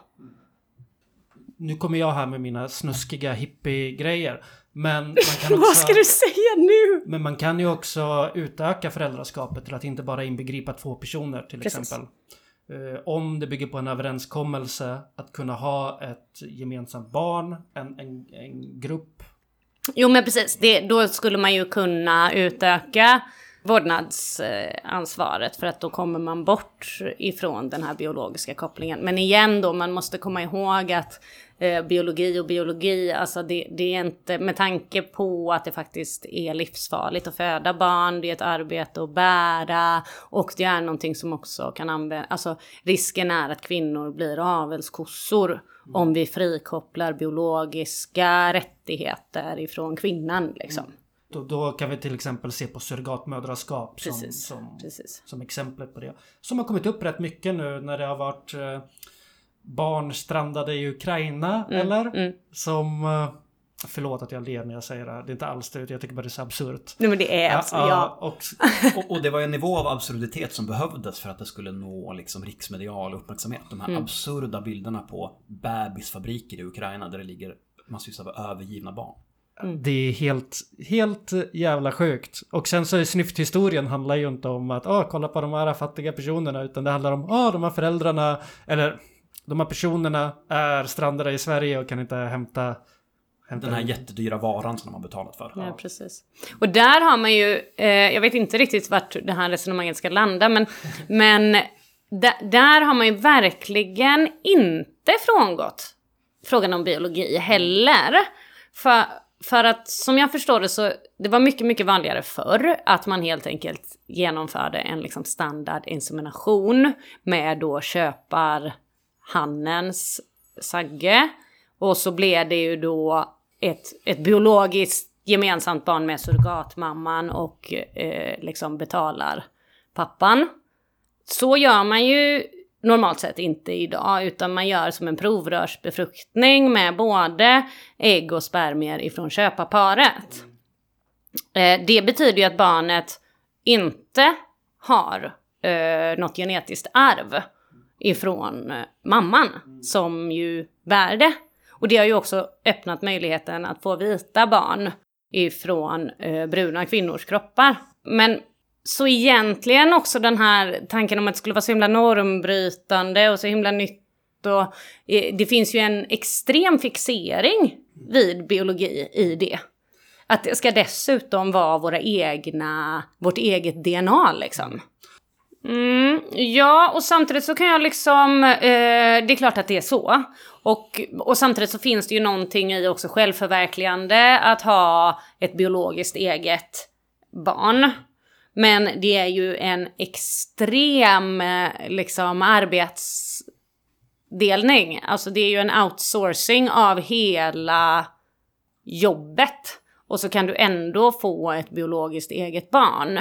Nu kommer jag här med mina snuskiga hippie-grejer. Men man kan också, vad ska du säga nu? Men man kan ju också utöka föräldraskapet till att inte bara inbegripa två personer till Precis. exempel. Uh, om det bygger på en överenskommelse att kunna ha ett gemensamt barn, en, en, en grupp. Jo men precis, det, då skulle man ju kunna utöka vårdnadsansvaret för att då kommer man bort ifrån den här biologiska kopplingen. Men igen då, man måste komma ihåg att eh, biologi och biologi, alltså det, det är inte med tanke på att det faktiskt är livsfarligt att föda barn, det är ett arbete att bära och det är någonting som också kan använda, alltså risken är att kvinnor blir avelskossor mm. om vi frikopplar biologiska rättigheter ifrån kvinnan liksom. Mm. Då, då kan vi till exempel se på surrogatmödraskap som, precis, som, precis. som exempel på det. Som har kommit upp rätt mycket nu när det har varit eh, barn strandade i Ukraina, mm, eller? Mm. Som, eh, Förlåt att jag ler när jag säger det här. Det är inte alls det. Jag tycker bara det är så absurt. Nej, men det är alltså, ja. ja. Och, och, och det var en nivå av absurditet som behövdes för att det skulle nå liksom riksmedial uppmärksamhet. De här mm. absurda bilderna på bebisfabriker i Ukraina där det ligger massvis av övergivna barn. Mm. Det är helt, helt jävla sjukt. Och sen så är snyfthistorien handlar ju inte om att ah, kolla på de här fattiga personerna, utan det handlar om ah, de här föräldrarna eller de här personerna är strandade i Sverige och kan inte hämta, hämta den här jättedyra varan som de har betalat för. Ja, ja. Precis. Och där har man ju, eh, jag vet inte riktigt vart det här resonemanget ska landa, men, men d- där har man ju verkligen inte frångått frågan om biologi heller. För, för att som jag förstår det så det var mycket, mycket vanligare förr att man helt enkelt genomförde en liksom standard insemination med då köpar hannens sagge. Och så blev det ju då ett, ett biologiskt gemensamt barn med surrogatmamman och eh, liksom betalar pappan. Så gör man ju normalt sett inte idag, utan man gör som en provrörsbefruktning med både ägg och spermier ifrån köparparet. Eh, det betyder ju att barnet inte har eh, något genetiskt arv ifrån eh, mamman som ju bär det. Och det har ju också öppnat möjligheten att få vita barn ifrån eh, bruna kvinnors kroppar. Men så egentligen också den här tanken om att det skulle vara så himla normbrytande och så himla nytt. Och, eh, det finns ju en extrem fixering vid biologi i det. Att det ska dessutom vara våra egna, vårt eget D N A liksom. Mm, ja, och samtidigt så kan jag liksom, eh, det är klart att det är så. Och, och samtidigt så finns det ju någonting i också självförverkligande att ha ett biologiskt eget barn. Men det är ju en extrem liksom arbetsdelning. Alltså det är ju en outsourcing av hela jobbet. Och så kan du ändå få ett biologiskt eget barn.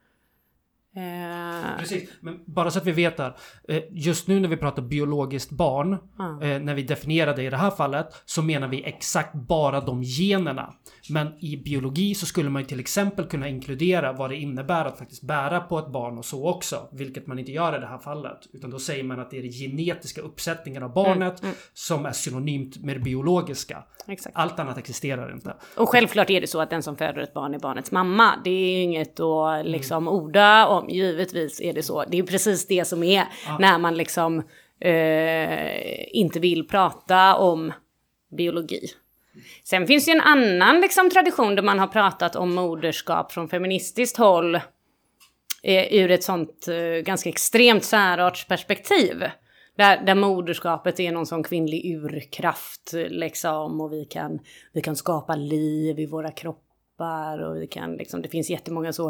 Precis, men bara så att vi vet där. Just nu när vi pratar biologiskt barn, mm. när vi definierar det i det här fallet, så menar vi exakt bara de generna. Men i biologi så skulle man ju till exempel kunna inkludera vad det innebär att faktiskt bära på ett barn och så också, vilket man inte gör i det här fallet. Utan då säger man att det är den genetiska uppsättningen av barnet mm. Mm. som är synonymt med det biologiska. Exakt. Allt annat existerar inte. Och självklart är det så att den som föder ett barn är barnets mamma. Det är ju inget att liksom mm. orda om. Givetvis är det så. Det är precis det som är ah. när man liksom eh, inte vill prata om biologi. Sen finns ju en annan liksom, tradition där man har pratat om moderskap från feministiskt håll eh, ur ett sånt eh, ganska extremt särartsperspektiv. Där, där moderskapet är någon sån kvinnlig urkraft liksom, och vi kan, vi kan skapa liv i våra kroppar och vi kan, liksom, det finns jättemånga så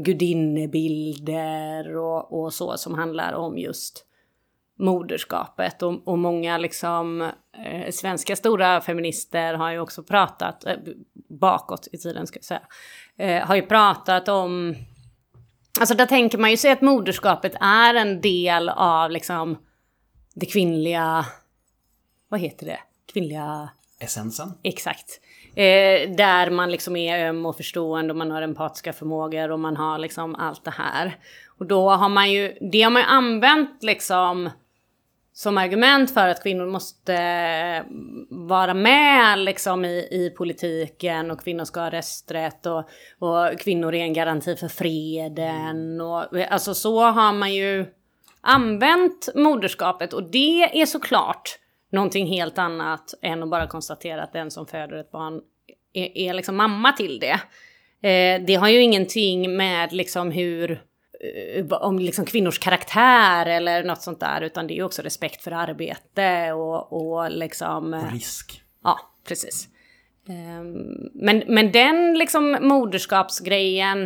gudinnebilder och, och så som handlar om just moderskapet och, och många liksom eh, svenska stora feminister har ju också pratat eh, bakåt i tiden ska jag säga eh, har ju pratat om, alltså där tänker man ju sig att moderskapet är en del av liksom det kvinnliga, vad heter det? Kvinnliga... Essensen. Exakt. Eh, där man liksom är öm och förstående och man har empatiska förmågor och man har liksom allt det här. Och då har man ju, det har man ju använt liksom som argument för att kvinnor måste vara med liksom i, i politiken och kvinnor ska ha rösträtt och, och kvinnor är en garanti för freden. Och, alltså så har man ju använt moderskapet och det är såklart någonting helt annat än att bara konstatera att den som föder ett barn är, är liksom mamma till det. Eh, det har ju ingenting med liksom hur, eh, om liksom kvinnors karaktär eller något sånt där, utan det är ju också respekt för arbete och, och liksom... Och risk. Ja, precis. Eh, men, men den liksom moderskapsgrejen...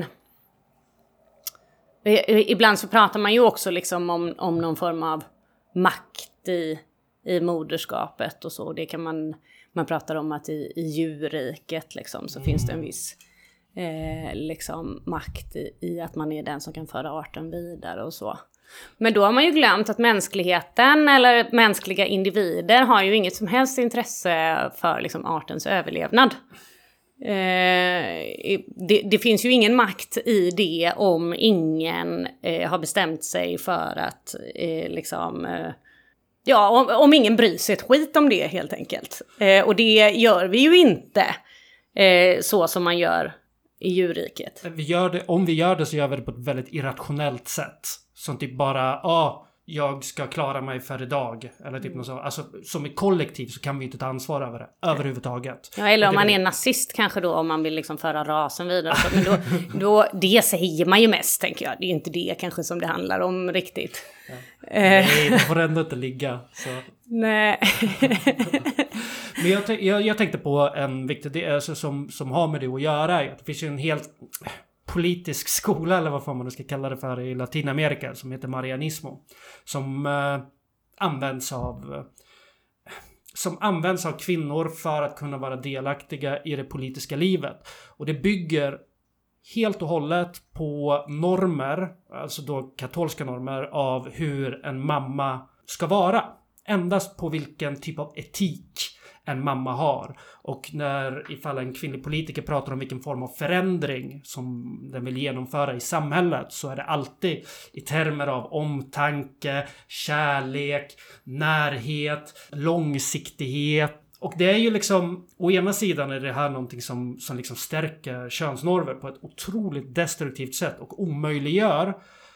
Ibland så pratar man ju också liksom om, om någon form av makt i, i moderskapet och så. Det kan man, man pratar om att i, i djurriket liksom, så mm. finns det en viss eh, liksom, makt i, i att man är den som kan föra arten vidare och så. Men då har man ju glömt att mänskligheten eller mänskliga individer har ju inget som helst intresse för liksom artens överlevnad. Eh, det, det finns ju ingen makt i det om ingen eh, har bestämt sig för att eh, liksom... Eh, ja, om, om ingen bryr sig ett skit om det helt enkelt. Eh, och det gör vi ju inte eh, så som man gör i djurriket. Vi gör det, om vi gör det så gör vi det på ett väldigt irrationellt sätt. Som typ bara, ja, ah, jag ska klara mig för idag. Eller typ något så. Alltså, som i kollektiv så kan vi inte ta ansvar över det. Överhuvudtaget. Ja, eller om det man är är nazist kanske då, om man vill liksom föra rasen vidare. Men då, då, det säger man ju mest, tänker jag. Det är ju inte det kanske som det handlar om riktigt. Ja. Nej, det får ändå inte ligga. Så. Nej. Men jag, jag, jag tänkte på en viktig del alltså, som, som har med det att göra. Det finns ju en helt politisk skola, eller vad fan man nu ska kalla det för, i Latinamerika som heter Marianismo. Som eh, används av eh, som används av kvinnor för att kunna vara delaktiga i det politiska livet. Och det bygger helt och hållet på normer, alltså då katolska normer av hur en mamma ska vara. Endast på vilken typ av etik en mamma har. Och när ifall en kvinnlig politiker pratar om vilken form av förändring som den vill genomföra i samhället, så är det alltid i termer av omtanke, kärlek, närhet, långsiktighet. Och det är ju liksom, å ena sidan är det här någonting som, som liksom stärker könsnormer på ett otroligt destruktivt sätt och omöjliggör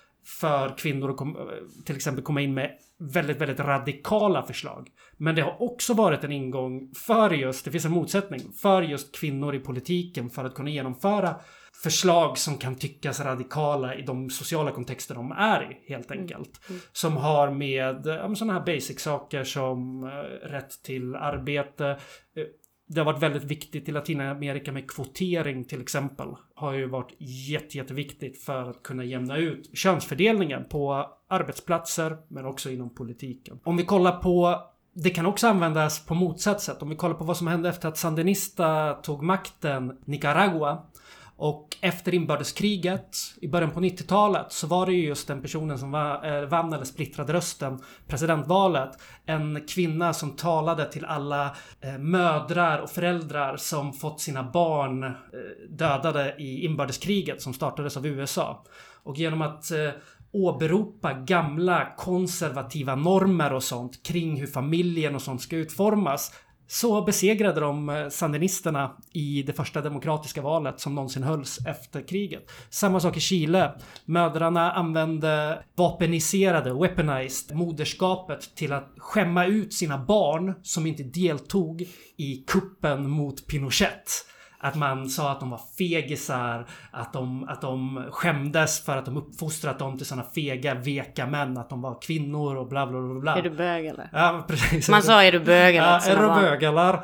för kvinnor att kom, till exempel komma in med väldigt, väldigt radikala förslag. Men det har också varit en ingång för just, det finns en motsättning, för just kvinnor i politiken för att kunna genomföra förslag som kan tyckas radikala i de sociala kontexter de är i, helt enkelt. Mm. Mm. Som har med ja, sådana här basic saker som eh, rätt till arbete. Eh, det har varit väldigt viktigt i Latinamerika med kvotering till exempel. Har ju varit jätte, jätteviktigt för att kunna jämna ut könsfördelningen på arbetsplatser men också inom politiken. Om vi kollar på, det kan också användas på motsatt sätt. Om vi kollar på vad som hände efter att Sandinista tog makten Nicaragua. Och efter inbördeskriget i början på nittiotalet så var det ju just den personen som var, eh, vann eller splittrade rösten presidentvalet. En kvinna som talade till alla eh, mödrar och föräldrar som fått sina barn eh, dödade i inbördeskriget som startades av U S A. Och genom att eh, åberopa gamla konservativa normer och sånt kring hur familjen och sånt ska utformas, så besegrade de sandinisterna i det första demokratiska valet som någonsin hölls efter kriget. Samma sak i Chile. Mödrarna använde vapeniserade, weaponized, moderskapet till att skämma ut sina barn som inte deltog i kuppen mot Pinochet. Att man sa att de var fegisar, att de, att de skämdes för att de uppfostrat dem till såna fega, veka män, att de var kvinnor och bla bla bla bla. Är du bög eller? Ja, precis. Man sa är du bög eller? Ja, är du bög eller?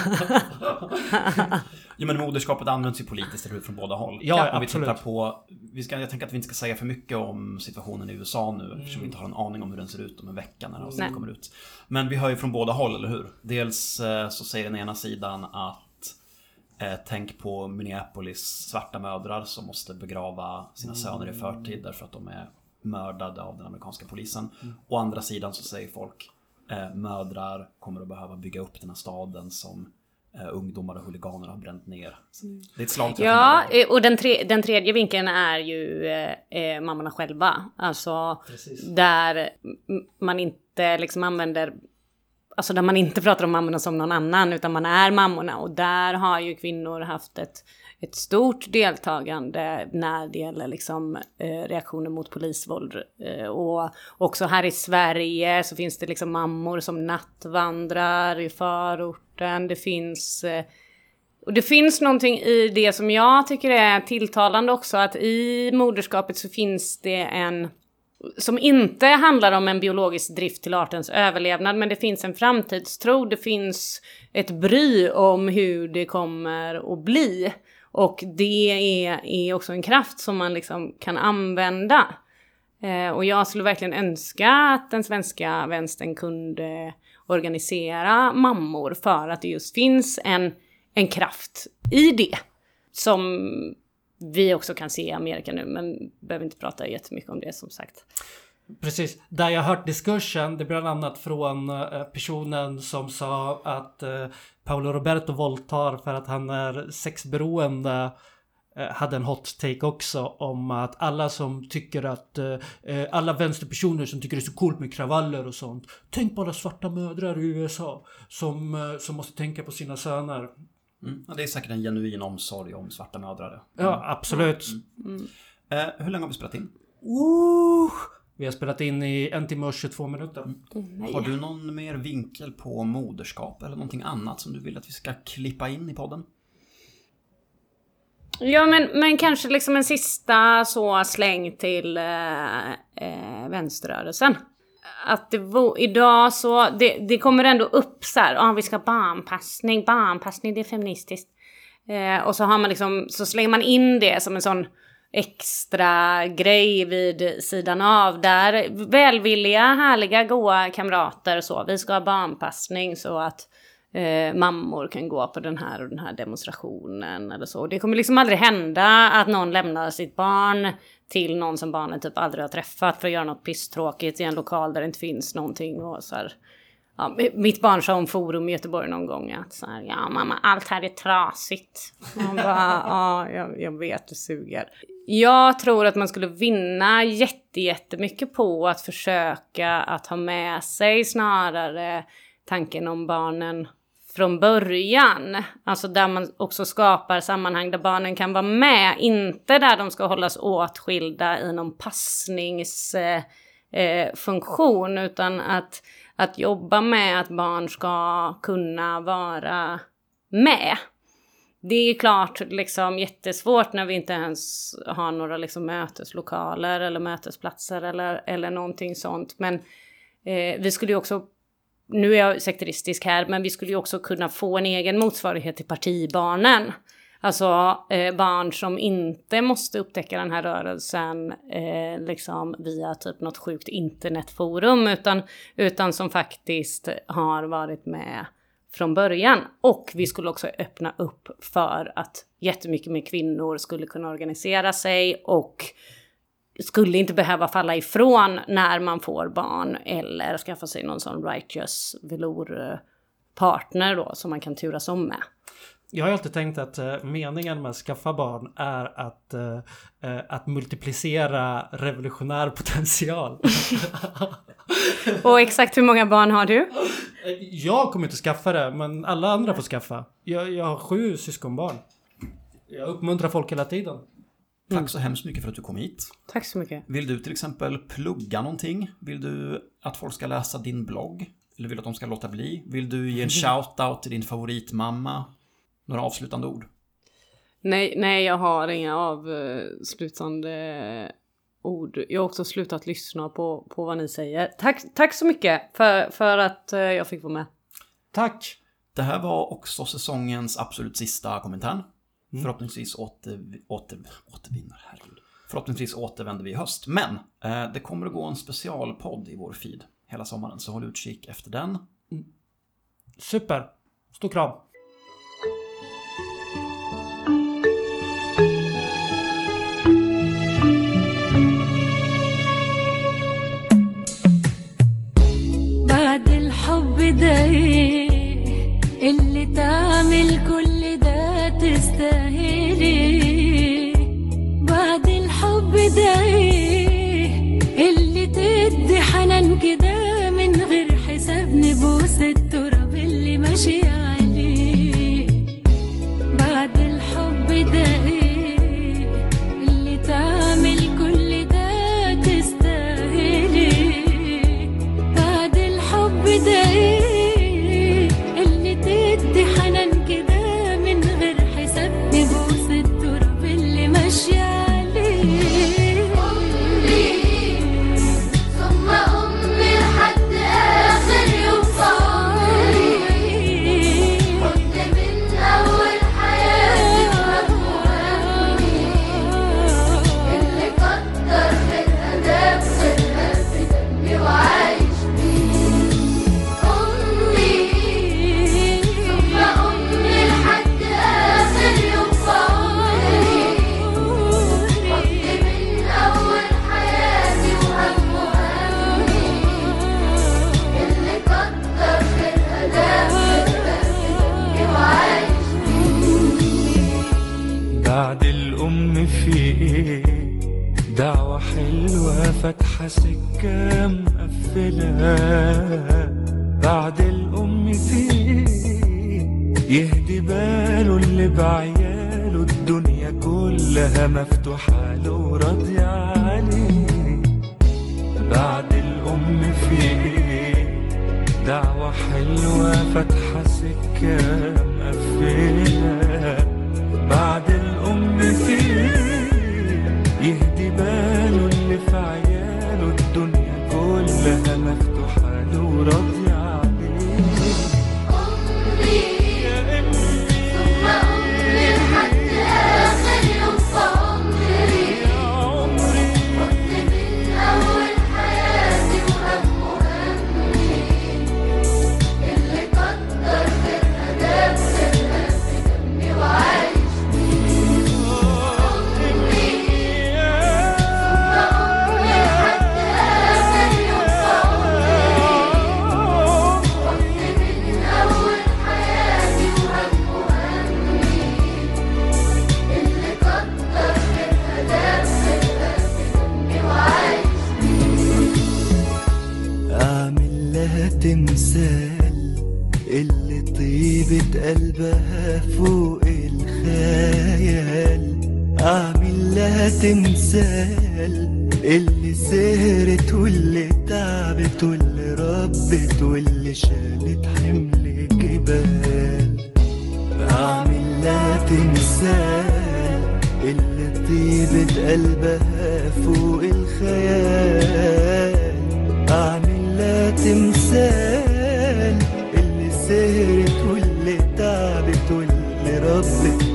Ja, men moderskapet används ju politiskt eller hur, från båda håll. Ja, om absolut. vi tittar på, vi ska, jag tänker att vi inte ska säga för mycket om situationen i U S A nu, mm. eftersom vi inte har en aning om hur den ser ut om en vecka när avsnittet kommer ut. Men vi hör ju från båda håll, eller hur? Dels eh, så säger den ena sidan att Eh, tänk på Minneapolis svarta mödrar som måste begrava sina söner i förtid därför att de är mördade av den amerikanska polisen. Mm. Å andra sidan så säger folk eh, mödrar kommer att behöva bygga upp den här staden som eh, ungdomar och huliganer har bränt ner. Så det är ett slag till. Ja, och den, tre, den tredje vinkeln är ju eh, mammorna själva. Alltså Precis. Där man inte liksom använder, alltså där man inte pratar om mammorna som någon annan utan man är mammorna. Och där har ju kvinnor haft ett, ett stort deltagande när det gäller liksom, eh, reaktioner mot polisvåld. Eh, och också här i Sverige så finns det liksom mammor som nattvandrar i förorten. Det finns... Eh, och det finns någonting i det som jag tycker är tilltalande också. Att i moderskapet så finns det en... som inte handlar om en biologisk drift till artens överlevnad, men det finns en framtidstro, det finns ett bry om hur det kommer att bli. Och det är, är också en kraft som man liksom kan använda. Eh, och jag skulle verkligen önska att den svenska vänstern kunde organisera mammor för att det just finns en, en kraft i det som... vi också kan se i Amerika nu, men behöver inte prata jättemycket om det som sagt. Precis, där jag har hört diskursen, det är bland annat från eh, personen som sa att eh, Paolo Roberto våldtar för att han är sexberoende, eh, hade en hot take också om att alla som tycker att eh, alla vänsterpersoner som tycker det är så coolt med kravaller och sånt, tänk på alla svarta mödrar i U S A som, eh, som måste tänka på sina söner. Mm. Ja, det är säkert en genuin omsorg om svarta mödrar. Mm. Ja, absolut. Mm. Mm. Eh, hur länge har vi spelat in? Uh, vi har spelat in i en timme och tjugotvå minuter. Mm. Har du någon mer vinkel på moderskap eller någonting annat som du vill att vi ska klippa in i podden? Ja, men, men kanske liksom en sista så släng till eh, eh, vänsterrörelsen. Att det var, idag så, det, det kommer ändå upp så här, ah, vi ska ha barnpassning, barnpassning det är feministiskt. Eh, och så har man liksom, så slänger man in det som en sån extra grej vid sidan av, där välvilliga, härliga, goa kamrater så, vi ska ha barnpassning så att eh, mammor kan gå på den här och den här demonstrationen eller så. Det kommer liksom aldrig hända att någon lämnar sitt barn till någon som barnen typ aldrig har träffat för att göra något pisstråkigt i en lokal där det inte finns någonting och så här. Ja, mitt barn sa om Forum i Göteborg någon gång att så här, ja mamma, allt här är trasigt. Man bara, ja, jag, jag vet, det suger. Jag tror att man skulle vinna jätte, jättemycket på att försöka att ha med sig snarare tanken om barnen från början. Alltså där man också skapar sammanhang där barnen kan vara med. Inte där de ska hållas åtskilda i någon passningsfunktion eh, utan att Att jobba med att barn ska kunna vara med. Det är klart liksom jättesvårt när vi inte ens har några liksom möteslokaler eller mötesplatser eller, eller någonting sånt. Men eh, vi skulle ju också, nu är jag sekteristisk här, men vi skulle ju också kunna få en egen motsvarighet till partibarnen. Alltså eh, barn som inte måste upptäcka den här rörelsen eh, liksom via typ något sjukt internetforum utan, utan som faktiskt har varit med från början. Och vi skulle också öppna upp för att jättemycket mer kvinnor skulle kunna organisera sig och skulle inte behöva falla ifrån när man får barn eller skaffa sig någon sån righteous velour-partner då som man kan turas om med. Jag har alltid tänkt att uh, meningen med att skaffa barn är att, uh, uh, att multiplicera revolutionär potential. Och exakt hur många barn har du? Jag kommer inte skaffa det, men alla andra får skaffa. Jag, jag har sju syskonbarn. Jag uppmuntrar folk hela tiden. Tack Mm. så hemskt mycket för att du kom hit. Tack så mycket. Vill du till exempel plugga någonting? Vill du att folk ska läsa din blogg? Eller vill du att de ska låta bli? Vill du ge en shout-out till din favoritmamma? Några avslutande ord? Nej, nej, jag har inga avslutande ord. Jag har också slutat lyssna på, på vad ni säger. Tack, tack så mycket för, för att jag fick vara med. Tack! Det här var också säsongens absolut sista kommentar. Mm. Förhoppningsvis åter, åter, återvinner, herregud. Förhoppningsvis återvänder vi i höst. Men eh, det kommer att gå en specialpodd i vår feed hela sommaren. Så håll utkik efter den. Mm. Super! Stor kram! بعد الحب ده اللي تعمل كل ده تستاهلي بعد الحب ده اللي تدي حنان كده من غير حساب نبوس التراب اللي ماشي عليه بعد الحب ده اللي تعمل كل ده تستاهلي بعد الحب ده اللي تدي حنان كده من غير حساب نبوس التراب اللي ماشي عليه أمي ثم أمي لحد آخر يوم في عمري كنت من أول حياتي مجموعة بعد الأم في إيه؟ دعوة حلوة فاتحة سكة مقفلة. بعد الأم في إيه؟ يهدي باله اللي بعياله الدنيا كلها مفتوحة له وراضية عليه. بعد الأم في إيه؟ دعوة حلوة فاتحة سكة مقفلة. بعد الأم فيه يهدي باله اللي في عياله الدنيا كلها مفتوحة له وراضية عليه. أمي يا أمي ثم أمي لحد آخر يوم في عمري. يا عمري كنت من أول حياتي وهم همي اللي قدر غيرها داب غيرها في دمي وعايش. أعمل لها تمثال اللي طيبة قلبها فوق الخيال. أعمل لها تمثال اللي سهرت واللي تعبت واللي ربت واللي شالت حمل جبال. أعمل لها تمثال اللي طيبة قلبها فوق الخيال. أعمل لها تمثال اللي سهرت واللي تعبت واللي ربت